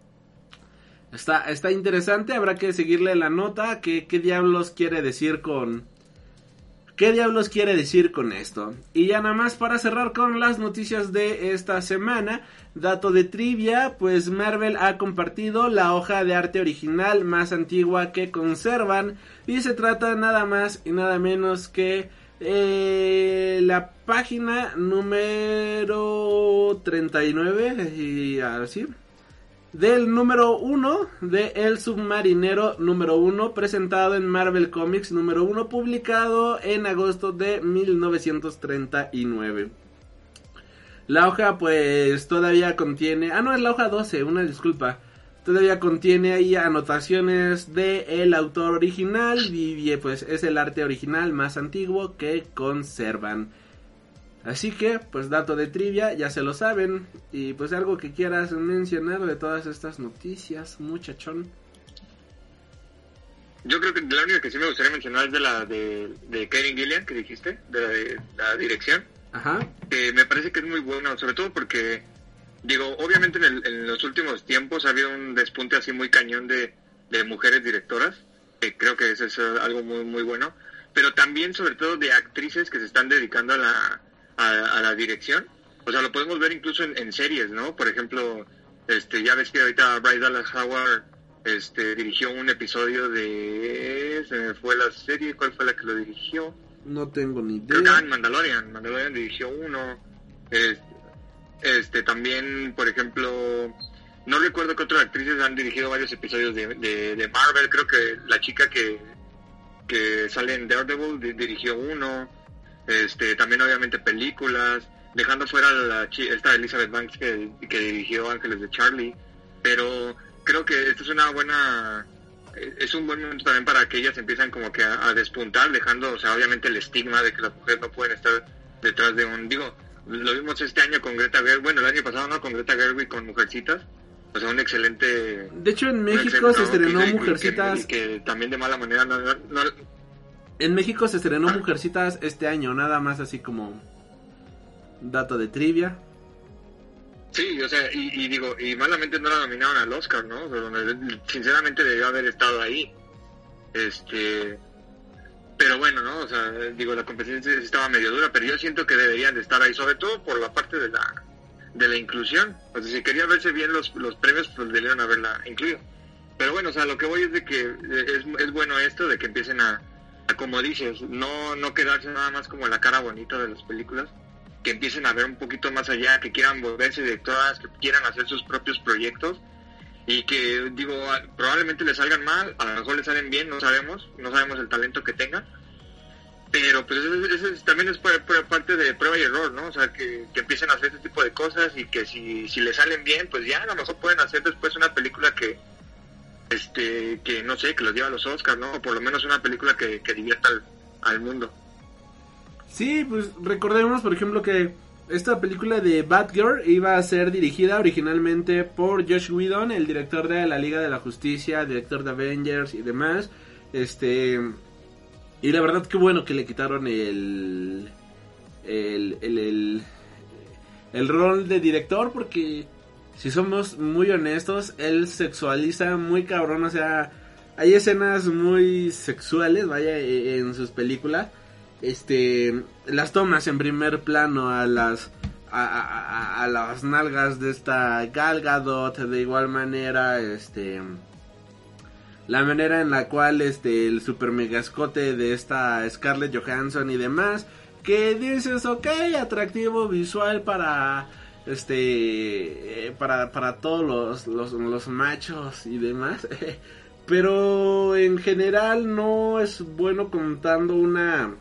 está interesante, habrá que seguirle la nota. ¿Qué diablos quiere decir con esto? Y ya nada más para cerrar con las noticias de esta semana, dato de trivia, pues Marvel ha compartido la hoja de arte original más antigua que conservan, y se trata nada más y nada menos que la página número 39 y así del número 1 de El Submarinero número 1, presentado en Marvel Comics número 1, publicado en agosto de 1939. La hoja pues todavía contiene... es la hoja 12, una disculpa. Todavía contiene ahí anotaciones del autor original y pues es el arte original más antiguo que conservan. Así que, pues dato de trivia, ya se lo saben. Y pues algo que quieras mencionar de todas estas noticias, muchachón. Yo creo que la única que sí me gustaría mencionar es de la de Karen Gillian, que dijiste, de la dirección. Ajá. Que me parece que es muy bueno, sobre todo porque, digo, obviamente en los últimos tiempos ha habido un despunte así muy cañón de mujeres directoras. Que creo que eso es algo muy, muy bueno. Pero también, sobre todo, de actrices que se están dedicando a la dirección. O sea, lo podemos ver incluso en series, ¿no? Por ejemplo, ya ves que ahorita Bryce Dallas Howard dirigió un episodio de... Se me fue la serie, ¿cuál fue la que lo dirigió? No tengo ni idea. Creo que Mandalorian dirigió uno. También, por ejemplo, no recuerdo que otras actrices han dirigido varios episodios de Marvel. Creo que la chica que sale en Daredevil dirigió uno. También obviamente películas, dejando fuera esta Elizabeth Banks que dirigió Ángeles de Charlie, pero creo que esto es un buen momento también para que ellas empiezan como que a despuntar, dejando, o sea, obviamente el estigma de que las mujeres no pueden estar detrás de lo vimos este año con Greta Gerwig, bueno, el año pasado no, con Greta Gerwig con Mujercitas, o sea, un excelente... De hecho en México se estrenó Mujercitas... Que también de mala manera no... En México se estrenó Mujercitas este año, nada más así como dato de trivia. Sí, o sea, y malamente no la nominaron al Oscar, ¿no? O sea, donde sinceramente debió haber estado ahí. Pero bueno, ¿no? O sea, la competencia estaba medio dura, pero yo siento que deberían de estar ahí, sobre todo por la parte de la inclusión. O sea, si quería verse bien los premios, pues debieron haberla incluido. Pero bueno, o sea, lo que voy es de que es bueno esto, de que empiecen a como dices, no quedarse nada más como la cara bonita de las películas, que empiecen a ver un poquito más allá, que quieran volverse directoras, que quieran hacer sus propios proyectos, y que, probablemente les salgan mal, a lo mejor les salen bien, no sabemos el talento que tengan, pero pero pues eso también es por parte de prueba y error, ¿no? O sea, que empiecen a hacer este tipo de cosas y que si le salen bien, pues ya a lo mejor pueden hacer después una película que no sé, que los lleva a los Oscars, ¿no? O por lo menos una película que divierta al mundo. Sí, pues recordemos, por ejemplo, que esta película de Batgirl iba a ser dirigida originalmente por Joss Whedon, el director de la Liga de la Justicia, director de Avengers y demás. Y la verdad que bueno que le quitaron el rol de director, porque si somos muy honestos, él sexualiza muy cabrón, o sea, hay escenas muy sexuales, vaya, en sus películas. Las tomas en primer plano a las nalgas de esta Gal Gadot, de igual manera, la manera en la cual el super mega escote de esta Scarlett Johansson y demás, que dices, ok, atractivo visual para todos los machos y demás, pero en general no es bueno contando una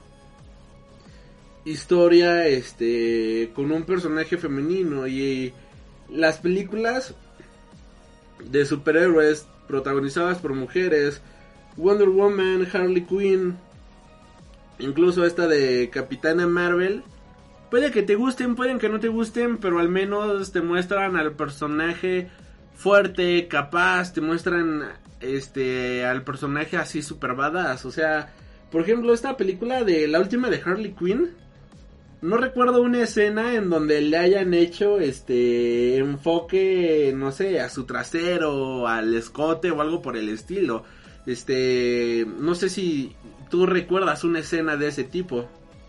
historia con un personaje femenino. Y las películas de superhéroes protagonizadas por mujeres, Wonder Woman, Harley Quinn, incluso esta de Capitana Marvel, puede que te gusten, pueden que no te gusten, pero al menos te muestran al personaje fuerte, capaz, te muestran al personaje así super badass. O sea, por ejemplo, esta película de la última de Harley Quinn, no recuerdo una escena en donde le hayan hecho enfoque, no sé, a su trasero, al escote o algo por el estilo. No sé si tú recuerdas una escena de ese tipo.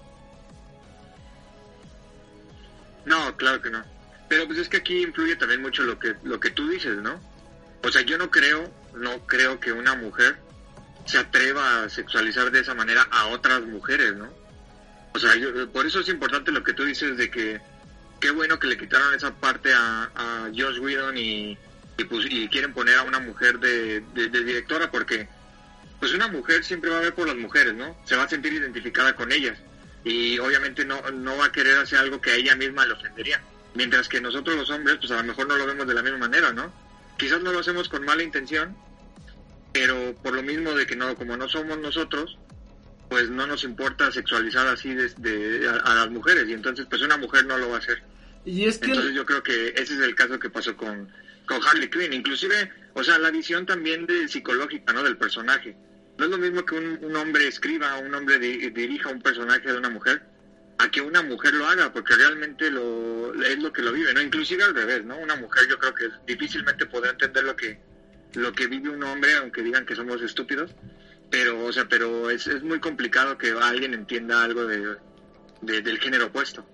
No, claro que no. Pero pues es que aquí influye también mucho lo que tú dices, ¿no? O sea, yo no creo que una mujer se atreva a sexualizar de esa manera a otras mujeres, ¿no? O sea, por eso es importante lo que tú dices de que qué bueno que le quitaron esa parte a Joss Whedon y quieren poner a una mujer de directora, porque pues una mujer siempre va a ver por las mujeres, ¿no? Se va a sentir identificada con ellas y obviamente no va a querer hacer algo que a ella misma le ofendería. Mientras que nosotros los hombres, pues a lo mejor no lo vemos de la misma manera, ¿no? Quizás no lo hacemos con mala intención, pero por lo mismo de que como no somos nosotros, pues no nos importa sexualizar así a las mujeres, y entonces pues una mujer no lo va a hacer. Y es que entonces yo creo que ese es el caso que pasó con Harley Quinn, inclusive, o sea, la visión también psicológica, ¿no? Del personaje. No es lo mismo que un hombre escriba, un hombre dirija un personaje de una mujer, a que una mujer lo haga, porque realmente es lo que lo vive, ¿no? Inclusive al revés, ¿no? Una mujer yo creo que difícilmente podrá entender lo que vive un hombre, aunque digan que somos estúpidos. Pero, o sea, es muy complicado que alguien entienda algo del género opuesto.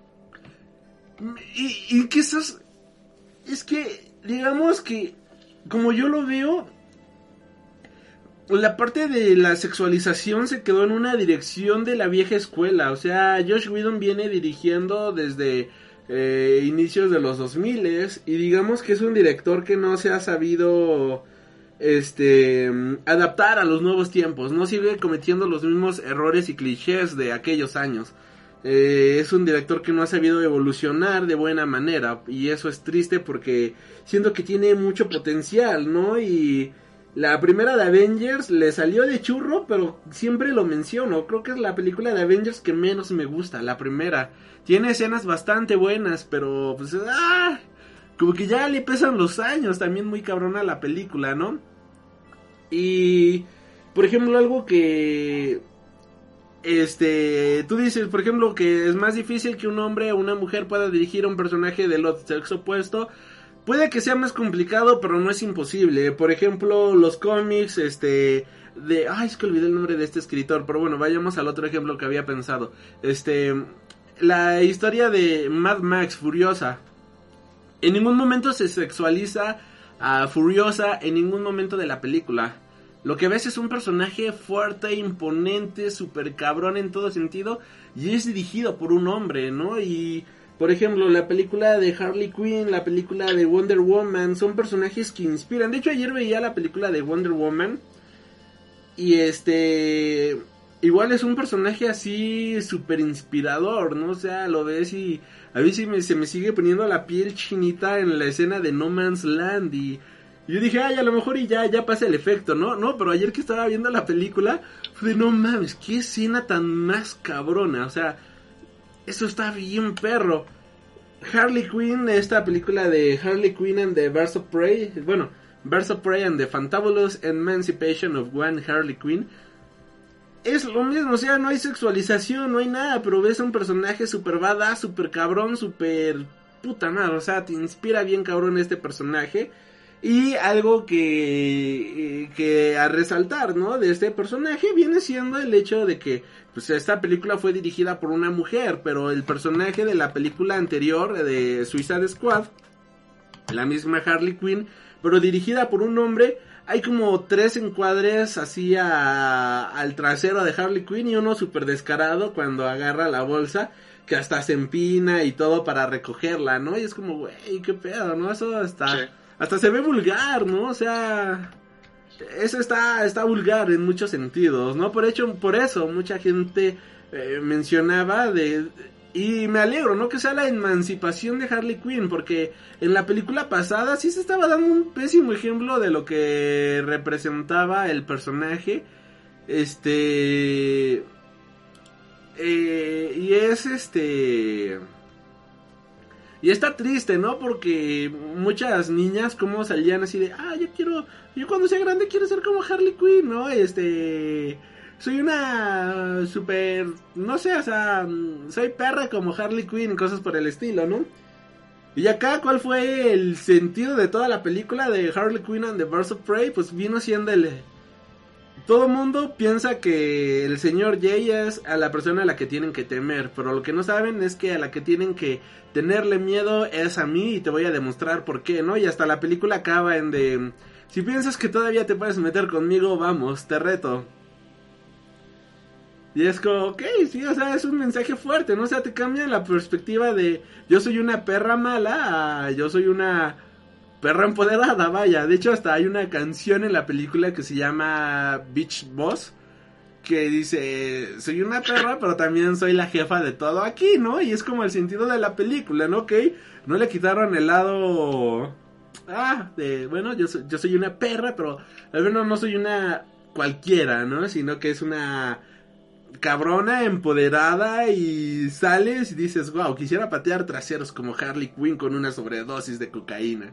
Y quizás es que, digamos que, como yo lo veo, la parte de la sexualización se quedó en una dirección de la vieja escuela. O sea, Joss Whedon viene dirigiendo desde inicios de los 2000 y digamos que es un director que no se ha sabido adaptar a los nuevos tiempos, no sigue cometiendo los mismos errores y clichés de aquellos años. Es un director que no ha sabido evolucionar de buena manera, y eso es triste porque siento que tiene mucho potencial, ¿no? Y la primera de Avengers le salió de churro, pero siempre lo menciono, creo que es la película de Avengers que menos me gusta, la primera. Tiene escenas bastante buenas, pero pues como que ya le pesan los años, también muy cabrona la película, ¿no? Y por ejemplo, algo que tú dices, por ejemplo, que es más difícil que un hombre o una mujer pueda dirigir a un personaje del sexo opuesto. Puede que sea más complicado, pero no es imposible. Por ejemplo, los cómics es que olvidé el nombre de este escritor, pero bueno, vayamos al otro ejemplo que había pensado. La historia de Mad Max, Furiosa. En ningún momento se sexualiza a Furiosa, en ningún momento de la película. Lo que ves es un personaje fuerte, imponente, super cabrón en todo sentido, y es dirigido por un hombre, ¿no? Y por ejemplo, la película de Harley Quinn, la película de Wonder Woman, son personajes que inspiran. De hecho, ayer veía la película de Wonder Woman y igual es un personaje así súper inspirador, ¿no? O sea, lo ves y a mí se me sigue poniendo la piel chinita en la escena de No Man's Land y yo dije, ay, a lo mejor y ya pasa el efecto, ¿no? No, pero ayer que estaba viendo la película, fue de no mames, qué escena tan más cabrona, o sea, eso está bien perro. Harley Quinn, esta película de Harley Quinn and the Birds of Prey, bueno, Birds of Prey and the Fantabulous Emancipation of One Harley Quinn, es lo mismo, o sea, no hay sexualización, no hay nada, pero ves a un personaje super badass, super cabrón, super puta madre, o sea, te inspira bien cabrón este personaje. Y algo que a resaltar, ¿no? De este personaje viene siendo el hecho de que pues esta película fue dirigida por una mujer, pero el personaje de la película anterior de Suicide Squad, la misma Harley Quinn, pero dirigida por un hombre, hay como 3 encuadres así al trasero de Harley Quinn y uno súper descarado cuando agarra la bolsa, que hasta se empina y todo para recogerla, ¿no? Y es como, güey, qué pedo, ¿no? Eso está... Sí. Hasta se ve vulgar, ¿no? O sea, eso está vulgar en muchos sentidos, ¿no? Por eso mucha gente mencionaba y me alegro, ¿no? Que sea la emancipación de Harley Quinn, porque en la película pasada sí se estaba dando un pésimo ejemplo de lo que representaba el personaje, y es y está triste, ¿no? Porque muchas niñas como salían así de, yo cuando sea grande quiero ser como Harley Quinn, ¿no? Soy una super, no sé, o sea, soy perra como Harley Quinn, cosas por el estilo, ¿no? Y acá, ¿cuál fue el sentido de toda la película de Harley Quinn and the Birds of Prey? Pues vino siendo todo mundo piensa que el señor Jay es a la persona a la que tienen que temer, pero lo que no saben es que a la que tienen que tenerle miedo es a mí y te voy a demostrar por qué, ¿no? Y hasta la película acaba en de, si piensas que todavía te puedes meter conmigo, vamos, te reto. Y es como, ok, sí, o sea, es un mensaje fuerte, ¿no? O sea, te cambia la perspectiva de yo soy una perra mala a yo soy una perra empoderada, vaya. De hecho, hasta hay una canción en la película que se llama Bitch Boss, que dice, soy una perra, pero también soy la jefa de todo aquí, ¿no? Y es como el sentido de la película, ¿no? Ok, no le quitaron el lado, bueno, yo soy una perra, pero al menos no soy una cualquiera, ¿no? Sino que es una cabrona, empoderada, y sales y dices, wow, quisiera patear traseros como Harley Quinn con una sobredosis de cocaína.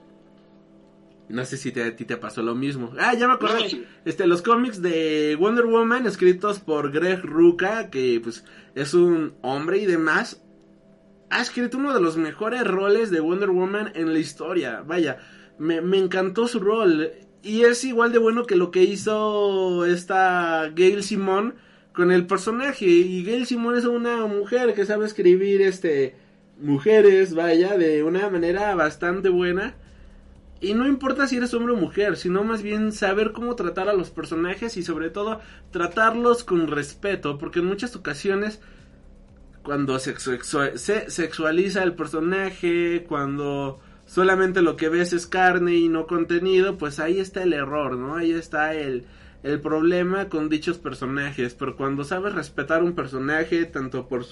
No sé si a ti te pasó lo mismo. Ya me acordé. No, sí. Los cómics de Wonder Woman escritos por Greg Rucka, que pues es un hombre y demás, ha escrito uno de los mejores roles de Wonder Woman en la historia. Vaya, me encantó su rol. Y es igual de bueno que lo que hizo esta Gail Simone con el personaje. Y Gail Simone es una mujer que sabe escribir mujeres, vaya, de una manera bastante buena. Y no importa si eres hombre o mujer, sino más bien saber cómo tratar a los personajes y sobre todo tratarlos con respeto, porque en muchas ocasiones cuando se sexualiza el personaje, cuando solamente lo que ves es carne y no contenido, pues ahí está el error, ¿no? Ahí está el problema con dichos personajes. Pero cuando sabes respetar un personaje, tanto por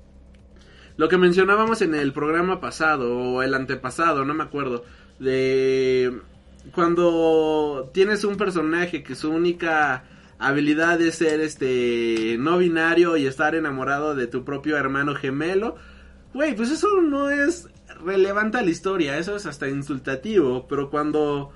lo que mencionábamos en el programa pasado o el antepasado, no me acuerdo, de cuando tienes un personaje que su única habilidad es ser no binario y estar enamorado de tu propio hermano gemelo, güey, pues eso no es relevante a la historia, eso es hasta insultativo. Pero cuando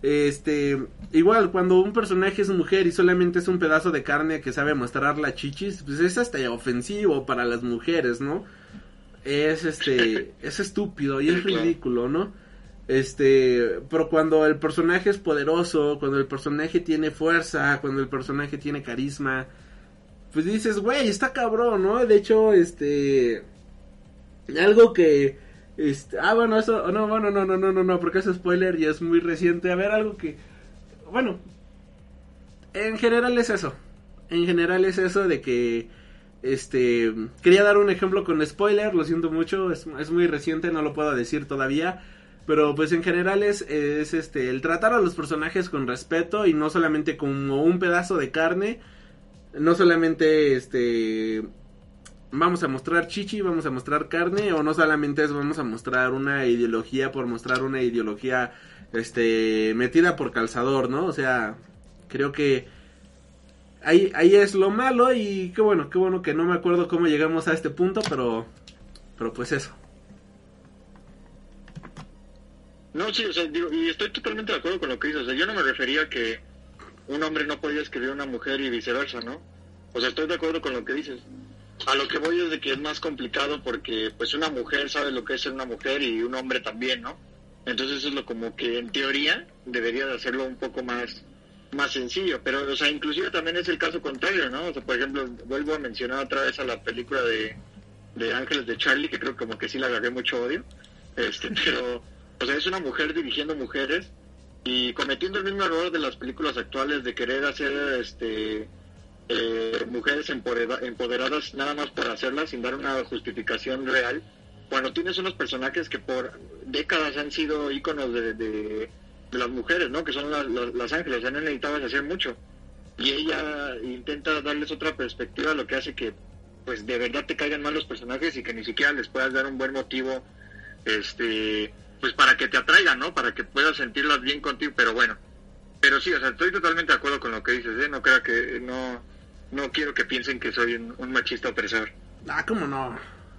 igual cuando un personaje es mujer y solamente es un pedazo de carne que sabe mostrar la chichis, pues es hasta ofensivo para las mujeres, ¿no? Es estúpido y es ridículo, ¿no? Pero cuando el personaje es poderoso, cuando el personaje tiene fuerza, cuando el personaje tiene carisma, pues dices, güey, está cabrón, ¿no? De hecho, algo que, bueno, eso, no, porque es spoiler y es muy reciente. A ver, algo que, bueno, en general es eso de que, quería dar un ejemplo con spoiler, lo siento mucho, es muy reciente, no lo puedo decir todavía. Pero pues en general es el tratar a los personajes con respeto y no solamente como un pedazo de carne. no solamente vamos a mostrar chichi, vamos a mostrar carne, o no solamente vamos a mostrar una ideología por mostrar una ideología metida por calzador, ¿no? O sea, creo que ahí es lo malo, y qué bueno que no me acuerdo cómo llegamos a este punto, pero pues eso. No, sí, o sea, digo, y estoy totalmente de acuerdo con lo que dices. O sea, yo no me refería a que un hombre no podía escribir a una mujer y viceversa, ¿no? O sea, estoy de acuerdo con lo que dices. A lo que voy es de que es más complicado porque, pues, una mujer sabe lo que es ser una mujer y un hombre también, ¿no? Entonces eso es lo como que, en teoría, debería de hacerlo un poco más sencillo. Pero, o sea, inclusive también es el caso contrario, ¿no? O sea, por ejemplo, vuelvo a mencionar otra vez a la película de Ángeles de Charlie, que creo como que sí le agarré mucho odio. Pero, o sea, es una mujer dirigiendo mujeres y cometiendo el mismo error de las películas actuales de querer hacer mujeres empoderadas nada más por hacerlas sin dar una justificación real, cuando tienes unos personajes que por décadas han sido íconos de las mujeres, ¿no? Que son las ángeles. O sea, no necesitabas hacer mucho, y ella intenta darles otra perspectiva, lo que hace que pues de verdad te caigan mal los personajes y que ni siquiera les puedas dar un buen motivo pues para que te atraigan, ¿no? Para que puedas sentirlas bien contigo. Pero bueno, pero sí, o sea, estoy totalmente de acuerdo con lo que dices, ¿eh? No crea que no quiero que piensen que soy un machista opresor. Ah, ¿cómo no?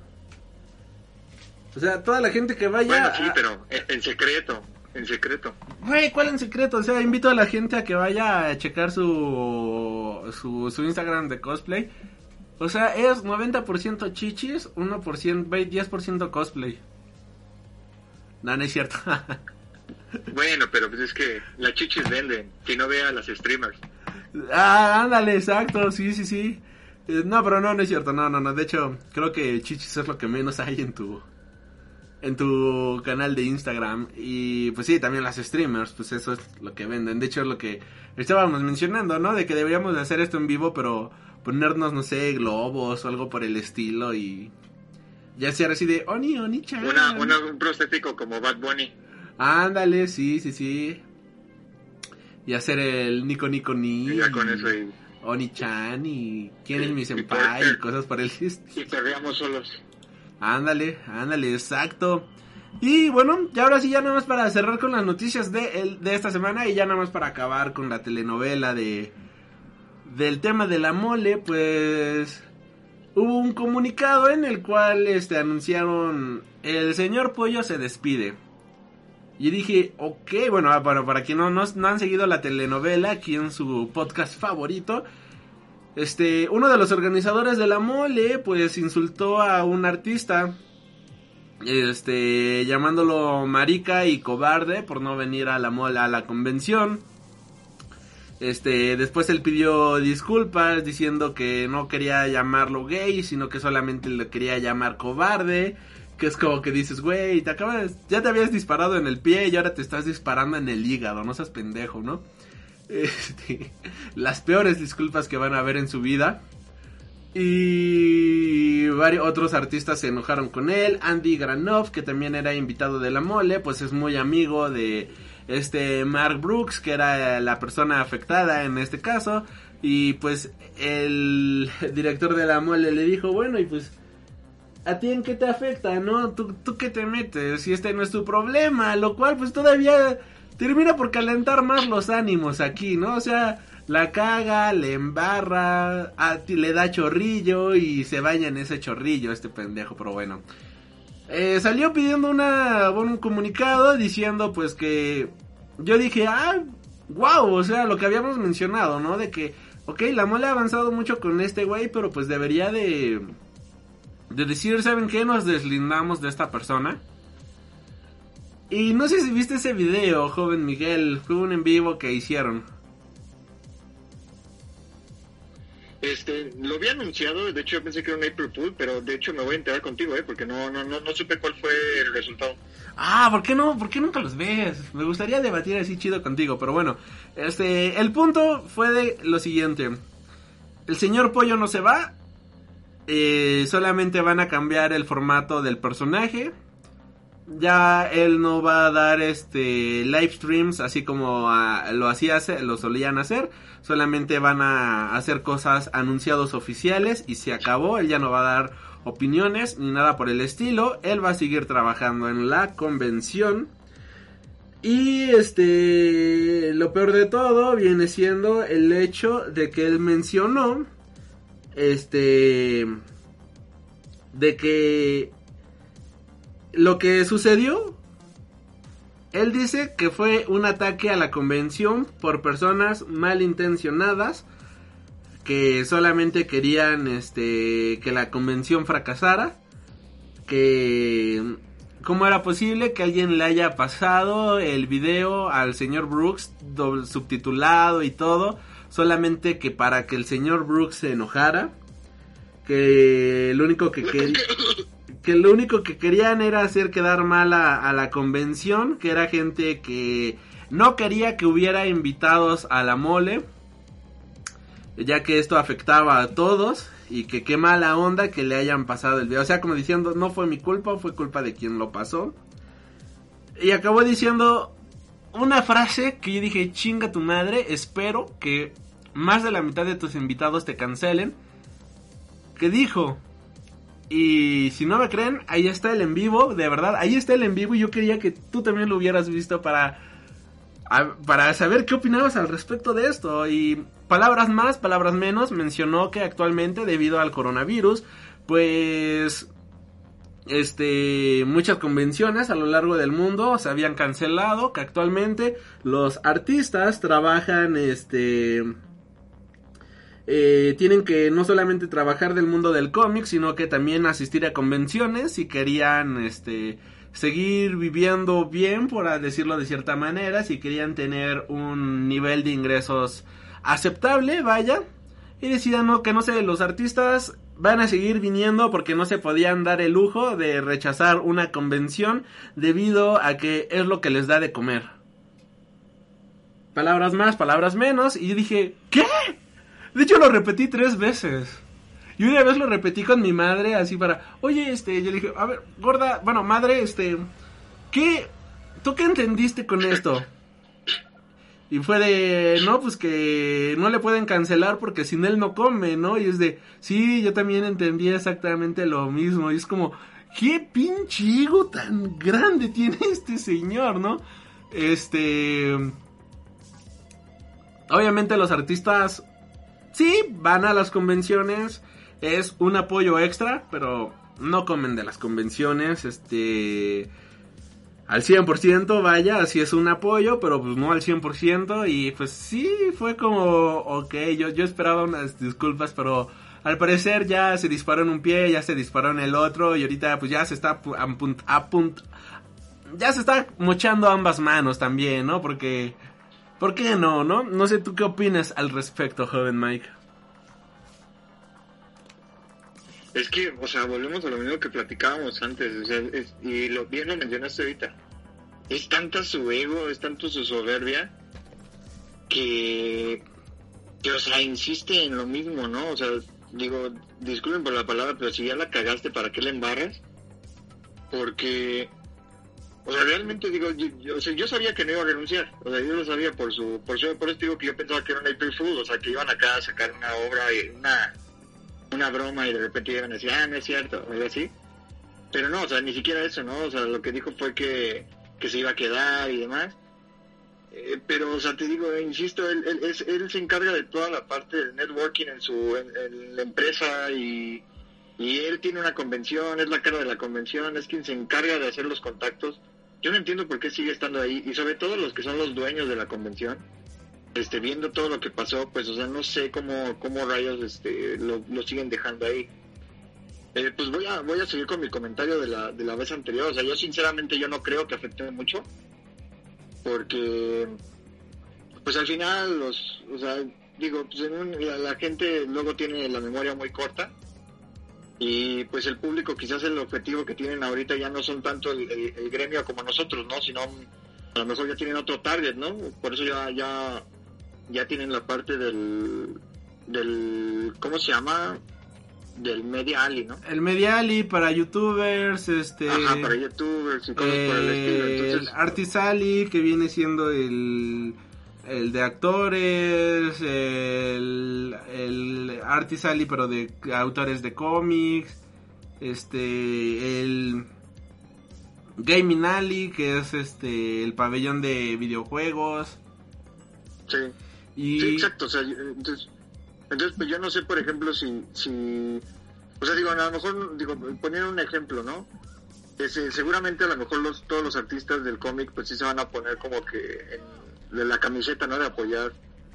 O sea, toda la gente que vaya... Bueno, sí, pero en secreto. Güey, ¿cuál en secreto? O sea, invito a la gente a que vaya a checar su Instagram de cosplay. O sea, es 90% chichis, 10% cosplay. No es cierto. Bueno, pero pues es que las chichis venden, si no vea a las streamers. Ah, ándale, exacto, sí. No, pero no es cierto, no. De hecho, creo que chichis es lo que menos hay en tu canal de Instagram. Y pues sí, también las streamers, pues eso es lo que venden. De hecho, es lo que estábamos mencionando, ¿no? De que deberíamos de hacer esto en vivo, pero ponernos, no sé, globos o algo por el estilo y ya sea así de Oni-chan. Un prostético como Bad Bunny. Ándale, sí. Y hacer el Nico Ni. Y ya con eso y Oni-chan y quién es mi senpai y cosas por el estilo. Y perreamos solos. Ándale, exacto. Y bueno, ya ahora sí, ya nada más para cerrar con las noticias de esta semana, y ya nada más para acabar con la telenovela del tema de la mole, pues hubo un comunicado en el cual anunciaron: el señor Pollo se despide. Y dije, ok, bueno, para quien no han seguido la telenovela aquí en su podcast favorito, uno de los organizadores de la mole pues insultó a un artista, llamándolo marica y cobarde por no venir a la mole, a la convención. Después él pidió disculpas diciendo que no quería llamarlo gay, sino que solamente le quería llamar cobarde. Que es como que dices, güey, ya te habías disparado en el pie y ahora te estás disparando en el hígado, no seas pendejo, ¿no? Las peores disculpas que van a ver en su vida. Y varios otros artistas se enojaron con él. Andy Granov, que también era invitado de la mole, pues es muy amigo de Mark Brooks, que era la persona afectada en este caso. Y pues el director de la mole le dijo, bueno, y pues ¿a ti en qué te afecta, no? ¿Tú qué te metes? Si no es tu problema. Lo cual pues todavía termina por calentar más los ánimos aquí, ¿no? O sea, la caga, le embarra, le da chorrillo y se baña en ese chorrillo este pendejo, pero bueno. Salió pidiendo un comunicado diciendo pues que... Yo dije, wow, o sea, lo que habíamos mencionado, ¿no? De que, ok, la mole ha avanzado mucho con este güey, pero pues debería de decir, ¿saben qué? Nos deslindamos de esta persona. Y no sé si viste ese video, joven Miguel, fue un en vivo que hicieron. Lo había anunciado, de hecho yo pensé que era un April Fool, pero de hecho me voy a enterar contigo, porque no supe cuál fue el resultado. ¿Por qué no? ¿Por qué nunca los ves? Me gustaría debatir así chido contigo, pero bueno, el punto fue de lo siguiente. El señor Pollo no se va, solamente van a cambiar el formato del personaje. ya él no va a dar live streams así como lo solían hacer. Solamente van a hacer cosas anunciados oficiales y se acabó. Él ya no va a dar opiniones ni nada por el estilo. Él va a seguir trabajando en la convención. Y lo peor de todo viene siendo el hecho de que él mencionó de que lo que sucedió, él dice que fue un ataque a la convención por personas malintencionadas que solamente querían que la convención fracasara, que cómo era posible que alguien le haya pasado el video al señor Brooks subtitulado y todo, solamente que para que el señor Brooks se enojara, que lo único que querían era hacer quedar mal a la convención, que era gente que no quería que hubiera invitados a la mole, ya que esto afectaba a todos, y que qué mala onda que le hayan pasado el video. O sea, como diciendo, no fue mi culpa, fue culpa de quien lo pasó. Y acabó diciendo una frase que yo dije, chinga tu madre, espero que más de la mitad de tus invitados te cancelen. Que dijo, y si no me creen, ahí está el en vivo, de verdad, ahí está el en vivo, y yo quería que tú también lo hubieras visto para saber qué opinabas al respecto de esto. Y palabras más, palabras menos, mencionó que actualmente, debido al coronavirus, pues muchas convenciones a lo largo del mundo se habían cancelado, que actualmente los artistas trabajan tienen que no solamente trabajar del mundo del cómic, sino que también asistir a convenciones si querían seguir viviendo bien, por decirlo de cierta manera, si querían tener un nivel de ingresos aceptable, vaya. Y decían que no sé, los artistas van a seguir viniendo porque no se podían dar el lujo de rechazar una convención debido a que es lo que les da de comer. Palabras más, palabras menos, y yo dije, ¿qué? De hecho lo repetí 3 veces. Y una vez lo repetí con mi madre, así para, oye, yo le dije, a ver, gorda, bueno, madre, ¿qué? ¿Tú qué entendiste con esto? Y fue de, no, pues que no le pueden cancelar porque sin él no come, ¿no? Y es de, sí, yo también entendí exactamente lo mismo. Y es como, ¿qué pinche ego tan grande tiene este señor, no? Obviamente los artistas, sí, van a las convenciones. Es un apoyo extra, pero no comen de las convenciones, al 100%, vaya, así es un apoyo, pero pues no al 100%, y pues sí, fue como, ok, yo esperaba unas disculpas, pero al parecer ya se disparó en un pie, ya se disparó en el otro, y ahorita pues ya se está ya se está mochando ambas manos también, ¿no? Porque, ¿por qué no? No sé tú qué opinas al respecto, joven Mike. Es que, o sea, volvemos a lo mismo que platicábamos antes, o sea, y bien lo mencionaste ahorita. Es tanta su ego, es tanto su soberbia, que, o sea, insiste en lo mismo, ¿no? O sea, digo, disculpen por la palabra, pero si ya la cagaste, ¿para qué la embarras? Porque, o sea, realmente digo, yo sabía que no iba a renunciar, o sea, yo lo sabía por eso digo que yo pensaba que era un April Fool, o sea, que iban acá a sacar una obra y una broma y de repente iban a decir, no es cierto, o algo así. Pero no, o sea, ni siquiera eso, ¿no? O sea, lo que dijo fue que se iba a quedar y demás. Pero, o sea, te digo, insisto, él se encarga de toda la parte del networking en la empresa y él tiene una convención, es la cara de la convención, es quien se encarga de hacer los contactos. Yo no entiendo por qué sigue estando ahí, y sobre todo los que son los dueños de la convención. Viendo todo lo que pasó, pues, o sea, no sé cómo rayos lo siguen dejando ahí. Pues voy a seguir con mi comentario de la vez anterior. O sea, yo sinceramente yo no creo que afecte mucho, porque pues al final o sea, digo, pues la gente luego tiene la memoria muy corta, y pues el público, quizás el objetivo que tienen ahorita ya no son tanto el gremio como nosotros, ¿no? Sino a lo mejor ya tienen otro target, ¿no? Por eso ya tienen la parte del ¿cómo se llama? del Media Ali, ¿no? El Media Ali para youtubers, Ajá, para youtubers y cosas por el estilo. Entonces, el Artist Ali, que viene siendo el de actores, el Artist Ali pero de autores de cómics, el Gaming Ali, que es el pabellón de videojuegos. Sí. Sí, exacto, o sea, entonces pues yo no sé, por ejemplo, si o sea, digo, a lo mejor, poner un ejemplo, ¿no? Seguramente a lo mejor todos los artistas del cómic pues sí se van a poner como que en la camiseta, ¿no? De apoyar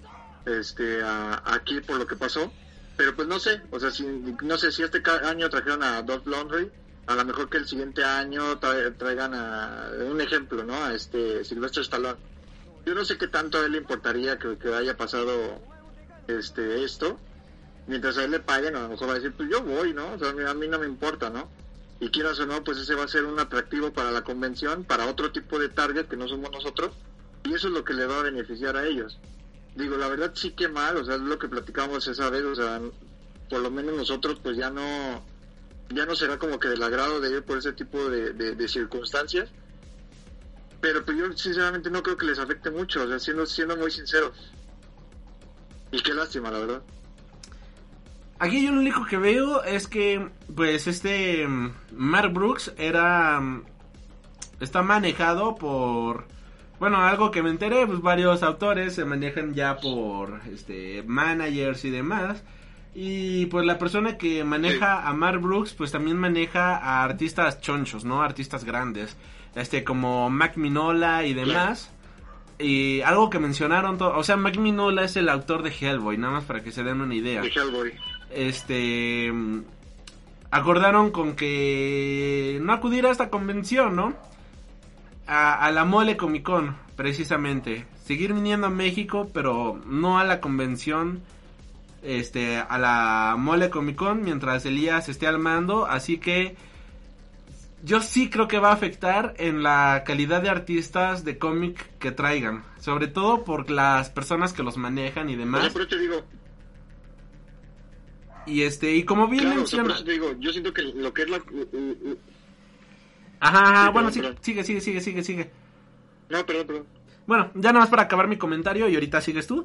aquí por lo que pasó, pero pues no sé, o sea, no sé si este año trajeron a Dolph Lundgren, a lo mejor que el siguiente año traigan un ejemplo, ¿no? A Sylvester Stallone. Yo no sé qué tanto a él le importaría que haya pasado esto, mientras a él le paguen, a lo mejor va a decir, pues yo voy, ¿no? O sea, a mí no me importa, ¿no? Y quieras o no, pues ese va a ser un atractivo para la convención, para otro tipo de target que no somos nosotros, y eso es lo que le va a beneficiar a ellos. Digo, la verdad sí que mal, o sea, es lo que platicamos esa vez, o sea, por lo menos nosotros pues ya no será como que del agrado de ir por ese tipo de circunstancias, pero pues yo sinceramente no creo que les afecte mucho, o sea, siendo muy sinceros. Y qué lástima, la verdad. Aquí yo lo único que veo es que pues Mark Brooks está manejado por, bueno, algo que me enteré, pues varios autores se manejan ya por managers y demás. Y pues la persona que maneja a Mark Brooks pues también maneja a artistas chonchos, ¿no? Artistas grandes, como Mac Mignola y demás. Y algo que mencionaron, o sea, Mac Mignola es el autor de Hellboy, nada más para que se den una idea. De Hellboy. Acordaron con que no acudir a esta convención, ¿no? A la Mole Comic Con, precisamente. Seguir viniendo a México, pero no a la convención, a la Mole Comic Con, mientras Elías esté al mando. Así que yo sí creo que va a afectar en la calidad de artistas de cómic que traigan, sobre todo por las personas que los manejan y demás. Pero te digo, y como bien claro, menciona, por eso te digo, yo siento que lo que es la ajá, sí, bueno, perdón. Sigue. No, perdón. Bueno, ya nada más para acabar mi comentario y ahorita sigues tú.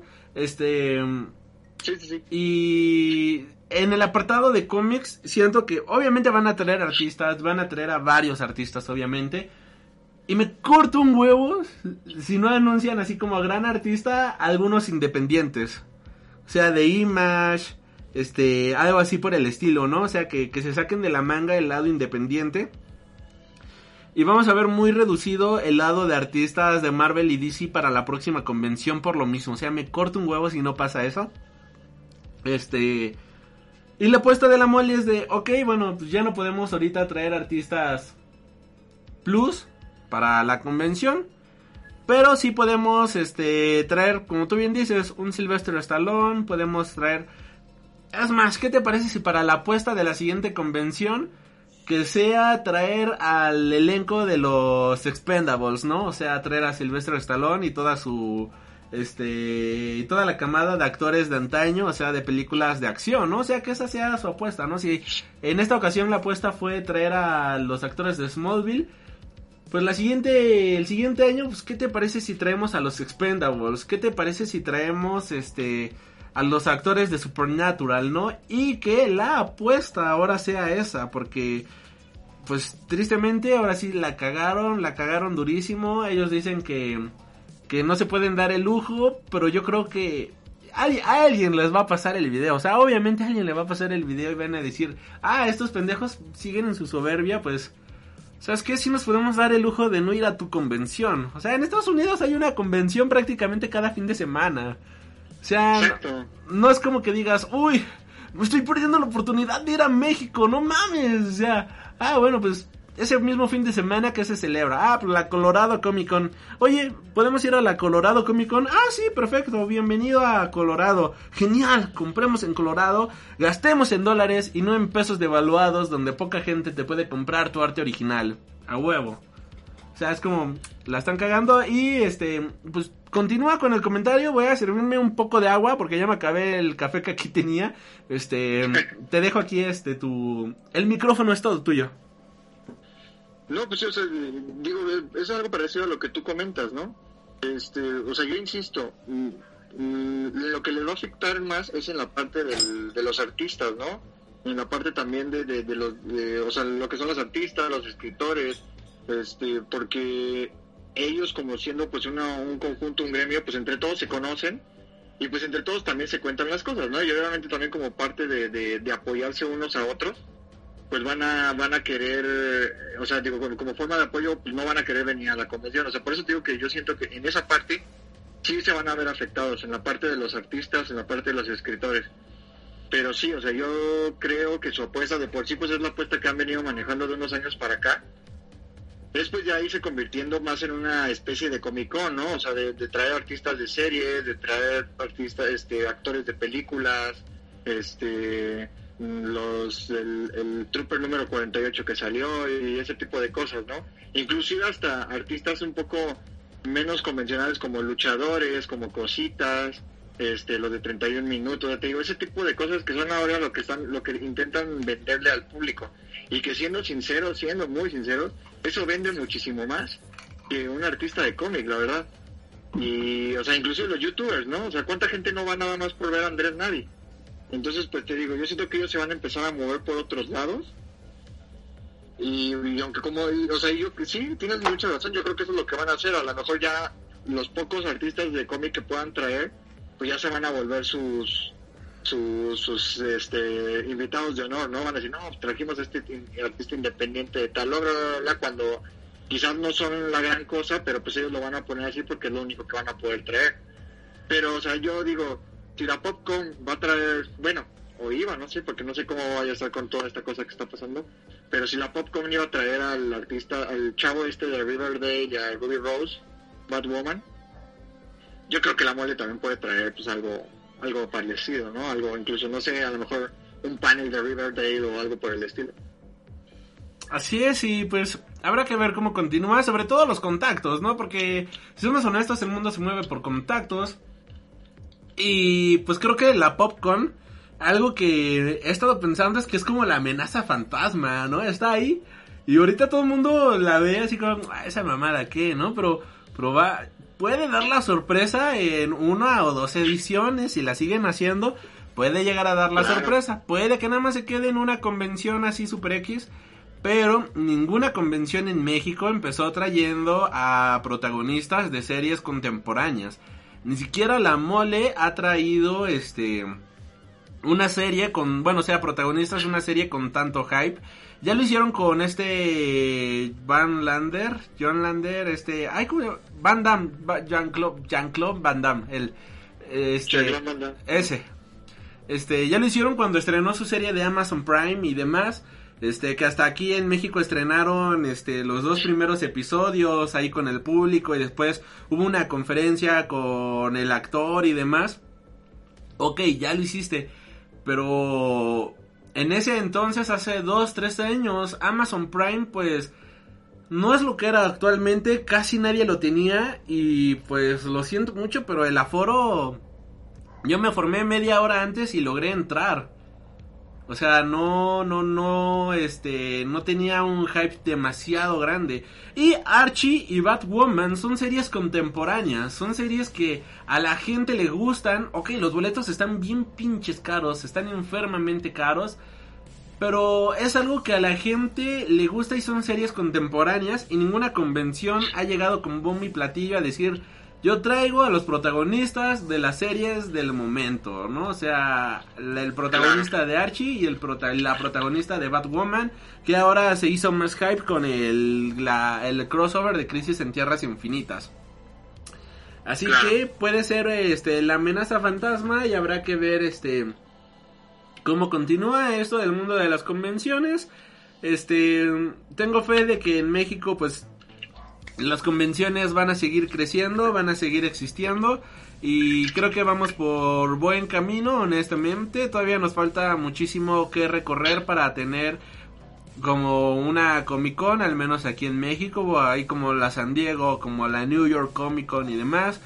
Sí. Y en el apartado de cómics, siento que obviamente van a traer artistas, van a traer a varios artistas, obviamente. Y me corto un huevo si no anuncian así como gran artista algunos independientes. O sea, de Image, algo así por el estilo, ¿no? O sea, que se saquen de la manga el lado independiente. Y vamos a ver muy reducido el lado de artistas de Marvel y DC para la próxima convención por lo mismo. O sea, me corto un huevo si no pasa eso. Y la apuesta de la Mole es de, ok, bueno, pues ya no podemos ahorita traer artistas plus para la convención, pero sí podemos traer, como tú bien dices, un Sylvester Stallone, podemos traer, es más, ¿qué te parece si para la apuesta de la siguiente convención que sea traer al elenco de los Expendables, ¿no? O sea, traer a Sylvester Stallone y toda su y toda la camada de actores de antaño, o sea, de películas de acción, ¿no? O sea, que esa sea su apuesta, ¿no? Si en esta ocasión la apuesta fue traer a los actores de Smallville, pues el siguiente año, pues ¿qué te parece si traemos a los Expendables? ¿Qué te parece si traemos a los actores de Supernatural, ¿no? Y que la apuesta ahora sea esa, porque pues tristemente ahora sí la cagaron durísimo. Ellos dicen que no se pueden dar el lujo, pero yo creo que a alguien les va a pasar el video. O sea, obviamente a alguien le va a pasar el video y van a decir, estos pendejos siguen en su soberbia, pues, ¿sabes qué? Si nos podemos dar el lujo de no ir a tu convención. O sea, en Estados Unidos hay una convención prácticamente cada fin de semana. O sea, no es como que digas, uy, me estoy perdiendo la oportunidad de ir a México, no mames. O sea, bueno, pues ese mismo fin de semana que se celebra, pues la Colorado Comic Con. Oye, ¿podemos ir a la Colorado Comic Con? Sí, perfecto, bienvenido a Colorado. Genial, compremos en Colorado, gastemos en dólares y no en pesos devaluados donde poca gente te puede comprar tu arte original. A huevo. O sea, es como, la están cagando y pues continúa con el comentario. Voy a servirme un poco de agua porque ya me acabé el café que aquí tenía. Te dejo aquí el micrófono es todo tuyo. No, pues, o sea, digo, es algo parecido a lo que tú comentas, ¿no? O sea, yo insisto, lo que les va a afectar más es en la parte de los artistas, ¿no? En la parte también o sea, lo que son los artistas, los escritores, porque ellos, como siendo pues un conjunto, un gremio, pues entre todos se conocen y pues entre todos también se cuentan las cosas, ¿no? Y obviamente también como parte de apoyarse unos a otros, pues van a querer, o sea, digo, como forma de apoyo, pues no van a querer venir a la convención. O sea, por eso digo que yo siento que en esa parte sí se van a ver afectados, en la parte de los artistas, en la parte de los escritores. Pero sí, o sea, yo creo que su apuesta de por sí, pues es la apuesta que han venido manejando de unos años para acá. Después ya irse convirtiendo más en una especie de Comic-Con, ¿no? O sea, de traer artistas de series, de traer artistas, actores de películas, el Trooper número 48 que salió y ese tipo de cosas, ¿no? Inclusive hasta artistas un poco menos convencionales como luchadores, como cositas, lo de 31 minutos, te digo, ese tipo de cosas que son ahora lo que intentan venderle al público. Y que siendo muy sinceros, eso vende muchísimo más que un artista de cómic, la verdad. Y, o sea, incluso los youtubers, ¿no? O sea, ¿cuánta gente no va nada más por ver a Andrés Navi? Entonces, pues te digo, yo siento que ellos se van a empezar a mover por otros lados. Y aunque o sea, yo sí, tienes mucha razón, yo creo que eso es lo que van a hacer. A lo mejor ya los pocos artistas de cómic que puedan traer, pues ya se van a volver sus invitados de honor, ¿no? Van a decir, no, trajimos a este artista independiente de tal obra, cuando quizás no son la gran cosa, pero pues ellos lo van a poner así porque es lo único que van a poder traer. Pero, o sea, yo digo, si la Popcorn va a traer, bueno, o iba, no sé, porque no sé cómo vaya a estar con toda esta cosa que está pasando, pero si la Popcorn iba a traer al artista, al chavo de Riverdale y a Ruby Rose, Batwoman, yo creo que la Mole también puede traer pues algo parecido, ¿no? Algo, incluso, no sé, a lo mejor un panel de Riverdale o algo por el estilo. Así es, y pues habrá que ver cómo continúa, sobre todo los contactos, ¿no? Porque si somos honestos, el mundo se mueve por contactos. Y pues creo que la Popcorn, algo que he estado pensando es que es como la amenaza fantasma, ¿no? Está ahí y ahorita todo el mundo la ve así como, esa mamada, ¿qué? ¿No? Pero puede dar la sorpresa en 1 o 2 ediciones, si la siguen haciendo, puede llegar a dar la sorpresa. Puede que nada más se quede en una convención así super X, pero ninguna convención en México empezó trayendo a protagonistas de series contemporáneas. Ni siquiera la Mole ha traído una serie con, bueno, o sea, protagonistas de una serie con tanto hype. Ya lo hicieron con John Lander, Van Damme, Jean-Claude Van Damme, ese. Ya lo hicieron cuando estrenó su serie de Amazon Prime y demás. Que hasta aquí en México estrenaron los 2 primeros episodios ahí con el público y después hubo una conferencia con el actor y demás. Ok, ya lo hiciste, pero en ese entonces, hace 2-3 años, Amazon Prime pues no es lo que era actualmente, casi nadie lo tenía y pues lo siento mucho, pero el aforo, yo me formé media hora antes y logré entrar. O sea, no tenía un hype demasiado grande. Y Archie y Batwoman son series contemporáneas, son series que a la gente le gustan. Ok, los boletos están bien pinches caros, están enfermamente caros, pero es algo que a la gente le gusta y son series contemporáneas. Y ninguna convención ha llegado con bombo y platillo a decir, yo traigo a los protagonistas de las series del momento, ¿no? O sea, el protagonista de Archie y la protagonista de Batwoman, que ahora se hizo más hype con el crossover de Crisis en Tierras Infinitas. Así que puede ser la amenaza fantasma y habrá que ver cómo continúa esto del mundo de las convenciones. Tengo fe de que en México pues las convenciones van a seguir creciendo, van a seguir existiendo y creo que vamos por buen camino, honestamente. Todavía nos falta muchísimo que recorrer para tener como una Comic Con, al menos aquí en México, hay como la San Diego, como la New York Comic Con y demás.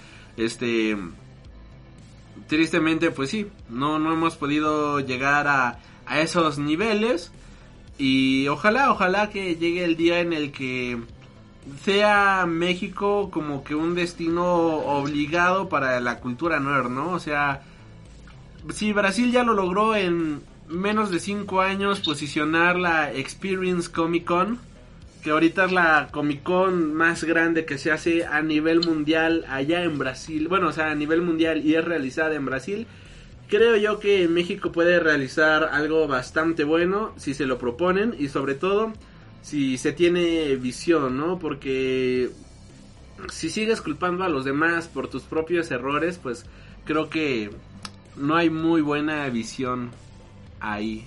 Tristemente pues sí, no hemos podido llegar a esos niveles, y ojalá que llegue el día en el que sea México como que un destino obligado para la cultura nerd, ¿no? O sea, si Brasil ya lo logró en menos de 5 años posicionar la Experience Comic Con, que ahorita es la Comic Con más grande que se hace a nivel mundial allá en Brasil, bueno, o sea, a nivel mundial, y es realizada en Brasil, creo yo que México puede realizar algo bastante bueno si se lo proponen, y sobre todo si se tiene visión, ¿no? Porque si sigues culpando a los demás por tus propios errores, pues creo que no hay muy buena visión ahí.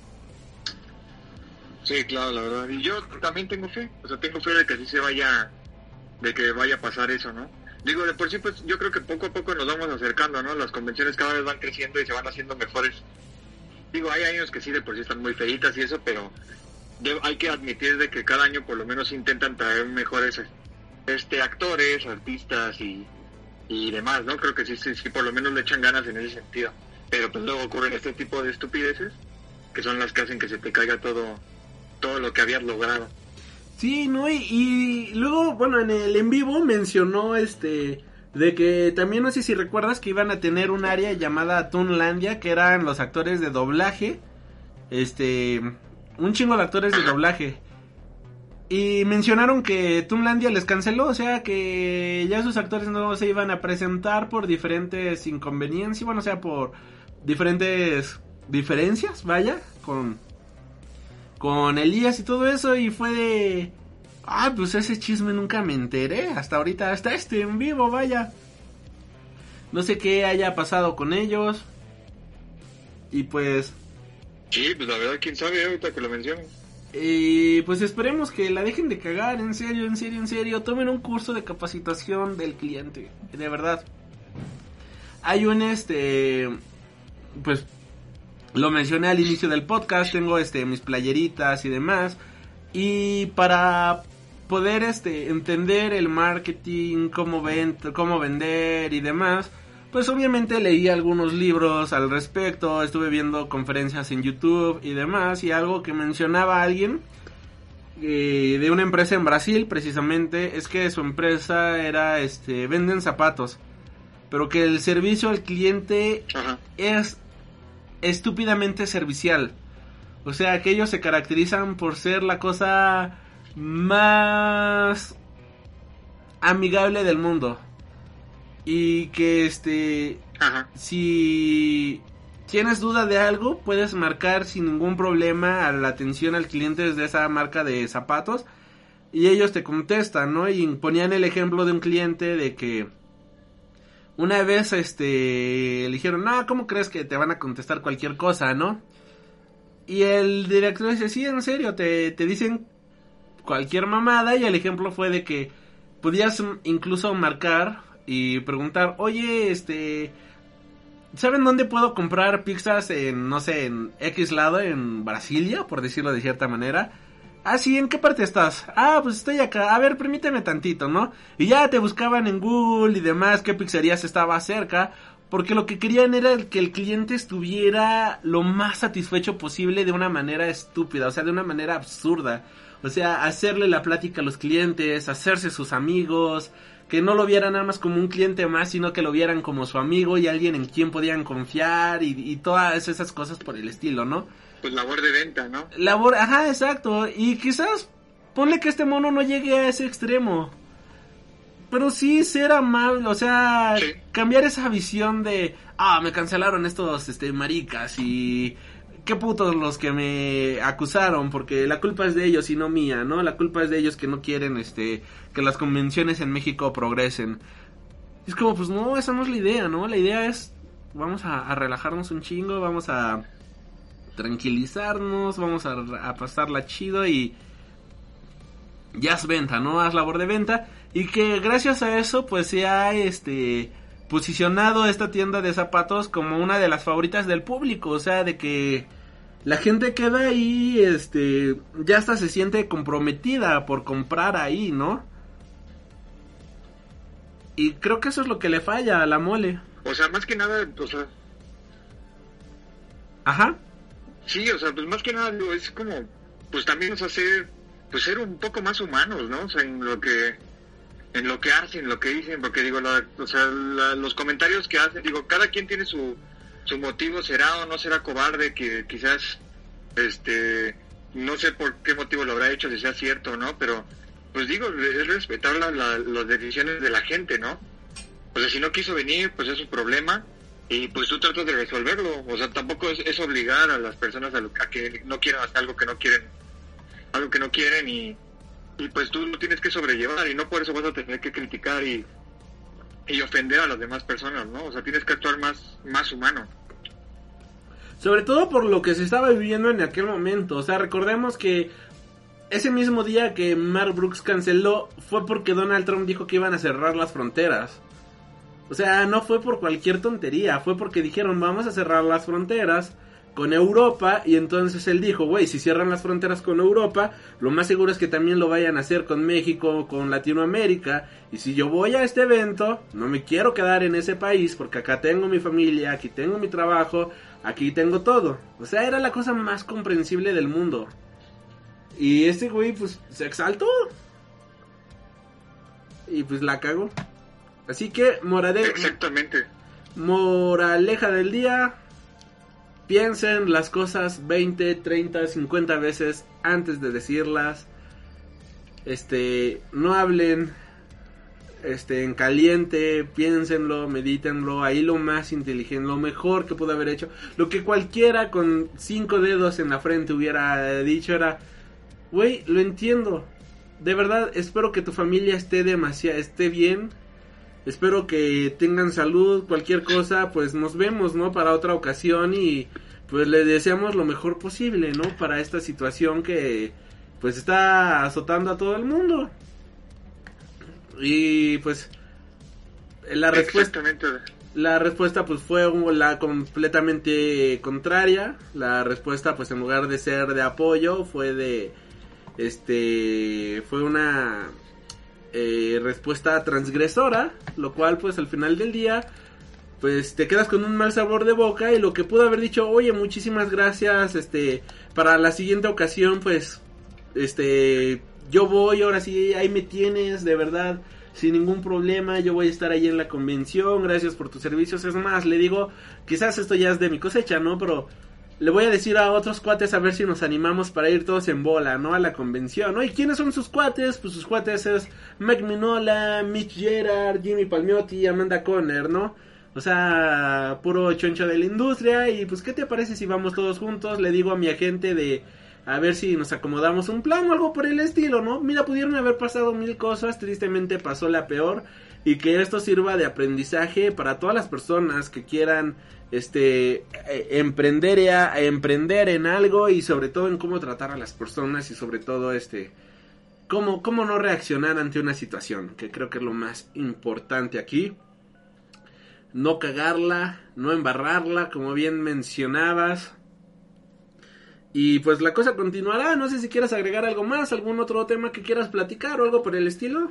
Sí, claro, la verdad. Y yo también tengo fe, o sea, tengo fe de que así de que vaya a pasar eso, ¿no? Digo, de por sí, pues yo creo que poco a poco nos vamos acercando, ¿no? Las convenciones cada vez van creciendo y se van haciendo mejores. Digo, hay años que sí, de por sí están muy feitas y eso, pero hay que admitir de que cada año por lo menos intentan traer mejores actores, artistas y demás, ¿no? Creo que sí, por lo menos le echan ganas en ese sentido. Pero pues luego ocurren este tipo de estupideces que son las que hacen que se te caiga todo lo que habías logrado. Sí, ¿no? Y luego, bueno, en el en vivo mencionó de que también, no sé si recuerdas, que iban a tener un área llamada Toonlandia, que eran los actores de doblaje, un chingo de actores de doblaje. Y mencionaron que Toonlandia les canceló, o sea que ya sus actores no se iban a presentar por diferentes inconveniencias, bueno, o sea, por diferentes diferencias, vaya, con Elías y todo eso, y fue de... pues ese chisme nunca me enteré, hasta ahorita, hasta en vivo, vaya. No sé qué haya pasado con ellos. Y pues... Sí, pues la verdad, quién sabe ahorita que lo mencionas. Y pues esperemos que la dejen de cagar, en serio. Tomen un curso de capacitación del cliente, de verdad. Hay un pues... Lo mencioné al inicio del podcast, tengo mis playeritas y demás, y para poder entender el marketing, cómo vender y demás, pues obviamente leí algunos libros al respecto, estuve viendo conferencias en YouTube y demás, y algo que mencionaba alguien de una empresa en Brasil precisamente es que su empresa era venden zapatos, pero que el servicio al cliente es estúpidamente servicial. O sea, que ellos se caracterizan por ser la cosa más amigable del mundo. Y que si tienes duda de algo, puedes marcar sin ningún problema a la atención al cliente desde esa marca de zapatos y ellos te contestan, ¿no? Y ponían el ejemplo de un cliente de que una vez le dijeron, no, ¿cómo crees que te van a contestar cualquier cosa, no? Y el director dice, sí, en serio, te dicen cualquier mamada. Y el ejemplo fue de que podías incluso marcar y preguntar, oye, ¿saben dónde puedo comprar pizzas en, no sé, en X lado, en Brasilia, por decirlo de cierta manera? Ah, sí, ¿en qué parte estás? Ah, pues estoy acá, a ver, permíteme tantito, ¿no? Y ya te buscaban en Google y demás qué pizzerías estaba cerca, porque lo que querían era que el cliente estuviera lo más satisfecho posible de una manera estúpida, o sea, de una manera absurda. O sea, hacerle la plática a los clientes, hacerse sus amigos, que no lo vieran nada más como un cliente más, sino que lo vieran como su amigo y alguien en quien podían confiar y todas esas cosas por el estilo, ¿no? Pues labor de venta, ¿no? Ajá, exacto. Y quizás ponle que este mono no llegue a ese extremo, pero sí ser amable, o sea, sí. Cambiar esa visión de, me cancelaron estos maricas y qué putos los que me acusaron, porque la culpa es de ellos y no mía, ¿no? La culpa es de ellos que no quieren que las convenciones en México progresen. Es como, pues no, esa no es la idea, ¿no? La idea es, vamos a relajarnos un chingo, vamos a tranquilizarnos, vamos a pasarla chido y ya haz venta, ¿no? Haz labor de venta. Y que gracias a eso pues se ha posicionado esta tienda de zapatos como una de las favoritas del público. O sea, de que la gente queda ahí, ya hasta se siente comprometida por comprar ahí, ¿no? Y creo que eso es lo que le falla a la mole. O sea, más que nada, o sea... Ajá. Sí, o sea, pues más que nada es como, pues también nos hace, pues ser un poco más humanos, ¿no? O sea, en lo que hacen, lo que dicen, porque digo, los comentarios que hacen, digo, cada quien tiene su motivo, será o no será cobarde, que quizás, no sé por qué motivo lo habrá hecho, si sea cierto o no, pero, pues digo, es respetar las decisiones de la gente, ¿no? O sea, si no quiso venir, pues es su problema. Y pues tú tratas de resolverlo, o sea, tampoco es obligar a las personas a que no quieran hacer algo que no quieren y pues tú lo tienes que sobrellevar y no por eso vas a tener que criticar y ofender a las demás personas, ¿no? O sea, tienes que actuar más humano. Sobre todo por lo que se estaba viviendo en aquel momento, o sea, recordemos que ese mismo día que Mark Brooks canceló fue porque Donald Trump dijo que iban a cerrar las fronteras. O sea, no fue por cualquier tontería, fue porque dijeron vamos a cerrar las fronteras con Europa y entonces él dijo, güey, si cierran las fronteras con Europa, lo más seguro es que también lo vayan a hacer con México, con Latinoamérica, y si yo voy a este evento, no me quiero quedar en ese país porque acá tengo mi familia, aquí tengo mi trabajo, aquí tengo todo. O sea, era la cosa más comprensible del mundo. Y este güey pues se exaltó y pues la cagó. Así que, Exactamente. Moraleja del día, piensen las cosas 20, 30, 50 veces antes de decirlas. No hablen en caliente, piénsenlo, medítenlo, ahí lo más inteligente, lo mejor que pudo haber hecho. Lo que cualquiera con 5 dedos en la frente hubiera dicho era, güey, lo entiendo. De verdad, espero que tu familia esté bien. Espero que tengan salud, cualquier cosa, pues nos vemos, ¿no? Para otra ocasión y pues les deseamos lo mejor posible, ¿no? Para esta situación que pues está azotando a todo el mundo. Y pues la respuesta pues fue la completamente contraria. La respuesta pues en lugar de ser de apoyo fue fue una respuesta transgresora, lo cual pues al final del día pues te quedas con un mal sabor de boca y lo que pudo haber dicho, oye, muchísimas gracias, para la siguiente ocasión pues yo voy, ahora sí, ahí me tienes, de verdad, sin ningún problema, yo voy a estar ahí en la convención, gracias por tus servicios. Es más, le digo, quizás esto ya es de mi cosecha, ¿no? Pero le voy a decir a otros cuates a ver si nos animamos para ir todos en bola, ¿no? A la convención, ¿no? ¿Y quiénes son sus cuates? Pues sus cuates es Mike Minola, Mitch Gerard, Jimmy Palmiotti, Amanda Conner, ¿no? O sea, puro choncho de la industria. Y pues, ¿qué te parece si vamos todos juntos? Le digo a mi agente a ver si nos acomodamos un plan o algo por el estilo, ¿no? Mira, pudieron haber pasado 1000 cosas, tristemente pasó la peor. Y que esto sirva de aprendizaje para todas las personas que quieran emprender en algo y sobre todo en cómo tratar a las personas y sobre todo cómo no reaccionar ante una situación, que creo que es lo más importante aquí. No cagarla, no embarrarla, como bien mencionabas. Y pues la cosa continuará, no sé si quieras agregar algo más, algún otro tema que quieras platicar o algo por el estilo.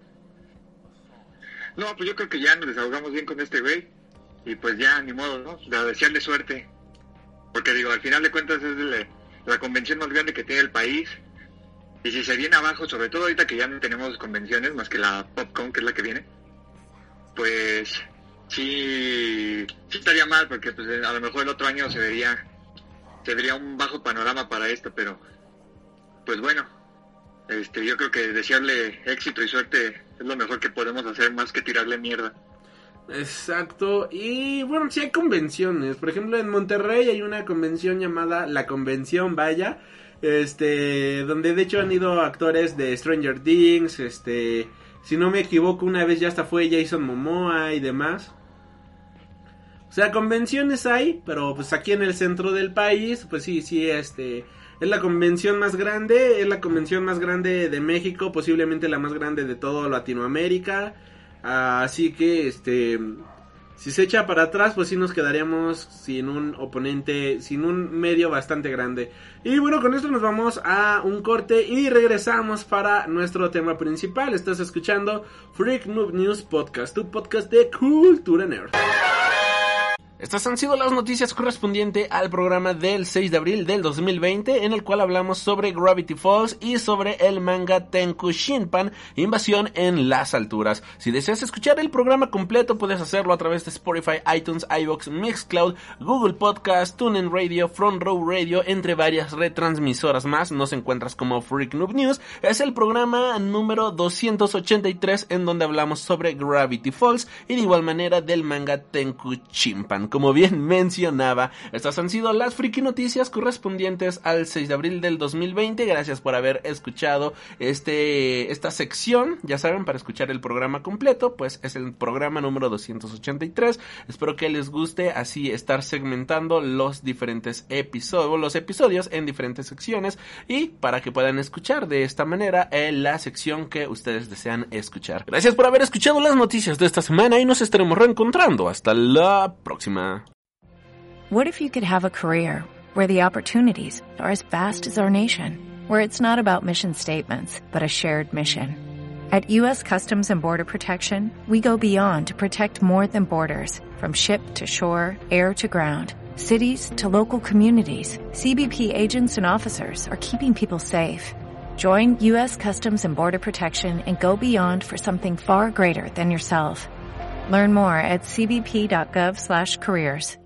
No, pues yo creo que ya nos desahogamos bien con este güey. Y pues ya, ni modo, ¿no? A desearle suerte. Porque digo, al final de cuentas es la convención más grande que tiene el país. Y si se viene abajo, sobre todo ahorita que ya no tenemos convenciones más que la PopCon, que es la que viene, pues sí estaría mal, porque pues a lo mejor el otro año se vería un bajo panorama para esto, pero pues bueno, yo creo que desearle éxito y suerte es lo mejor que podemos hacer, más que tirarle mierda. Exacto. Y bueno, sí hay convenciones. Por ejemplo, en Monterrey hay una convención llamada La Convención, vaya, donde de hecho han ido actores de Stranger Things, si no me equivoco, una vez ya hasta fue Jason Momoa y demás. O sea, convenciones hay, pero pues aquí en el centro del país, pues sí, es la convención más grande, es la convención más grande de México, posiblemente la más grande de toda Latinoamérica. Así que Si se echa para atrás, pues sí nos quedaríamos sin un oponente, sin un medio bastante grande. Y bueno, con esto nos vamos a un corte y regresamos para nuestro tema principal. Estás escuchando Freak Noob News Podcast, tu podcast de cultura nerd. Estas han sido las noticias correspondientes al programa del 6 de abril del 2020, en el cual hablamos sobre Gravity Falls y sobre el manga Tenku Shinpan, Invasión en las Alturas. Si deseas escuchar el programa completo, puedes hacerlo a través de Spotify, iTunes, iVoox, Mixcloud, Google Podcast, TuneIn Radio, Front Row Radio, entre varias retransmisoras más. Nos encuentras como Freak Noob News. Es el programa número 283 en donde hablamos sobre Gravity Falls y de igual manera del manga Tenku Shinpan. Como bien mencionaba, estas han sido las friki noticias correspondientes al 6 de abril del 2020. Gracias por haber escuchado esta sección. Ya saben, para escuchar el programa completo, pues es el programa número 283. Espero que les guste así estar segmentando los diferentes episodios en diferentes secciones, y para que puedan escuchar de esta manera la sección que ustedes desean escuchar. Gracias por haber escuchado las noticias de esta semana y nos estaremos reencontrando. Hasta la próxima. What if you could have a career where the opportunities are as vast as our nation, where it's not about mission statements, but a shared mission? At U.S. Customs and Border Protection, we go beyond to protect more than borders. From ship to shore, air to ground, cities to local communities, CBP agents and officers are keeping people safe. Join U.S. Customs and Border Protection and go beyond for something far greater than yourself. Learn more at cbp.gov/careers.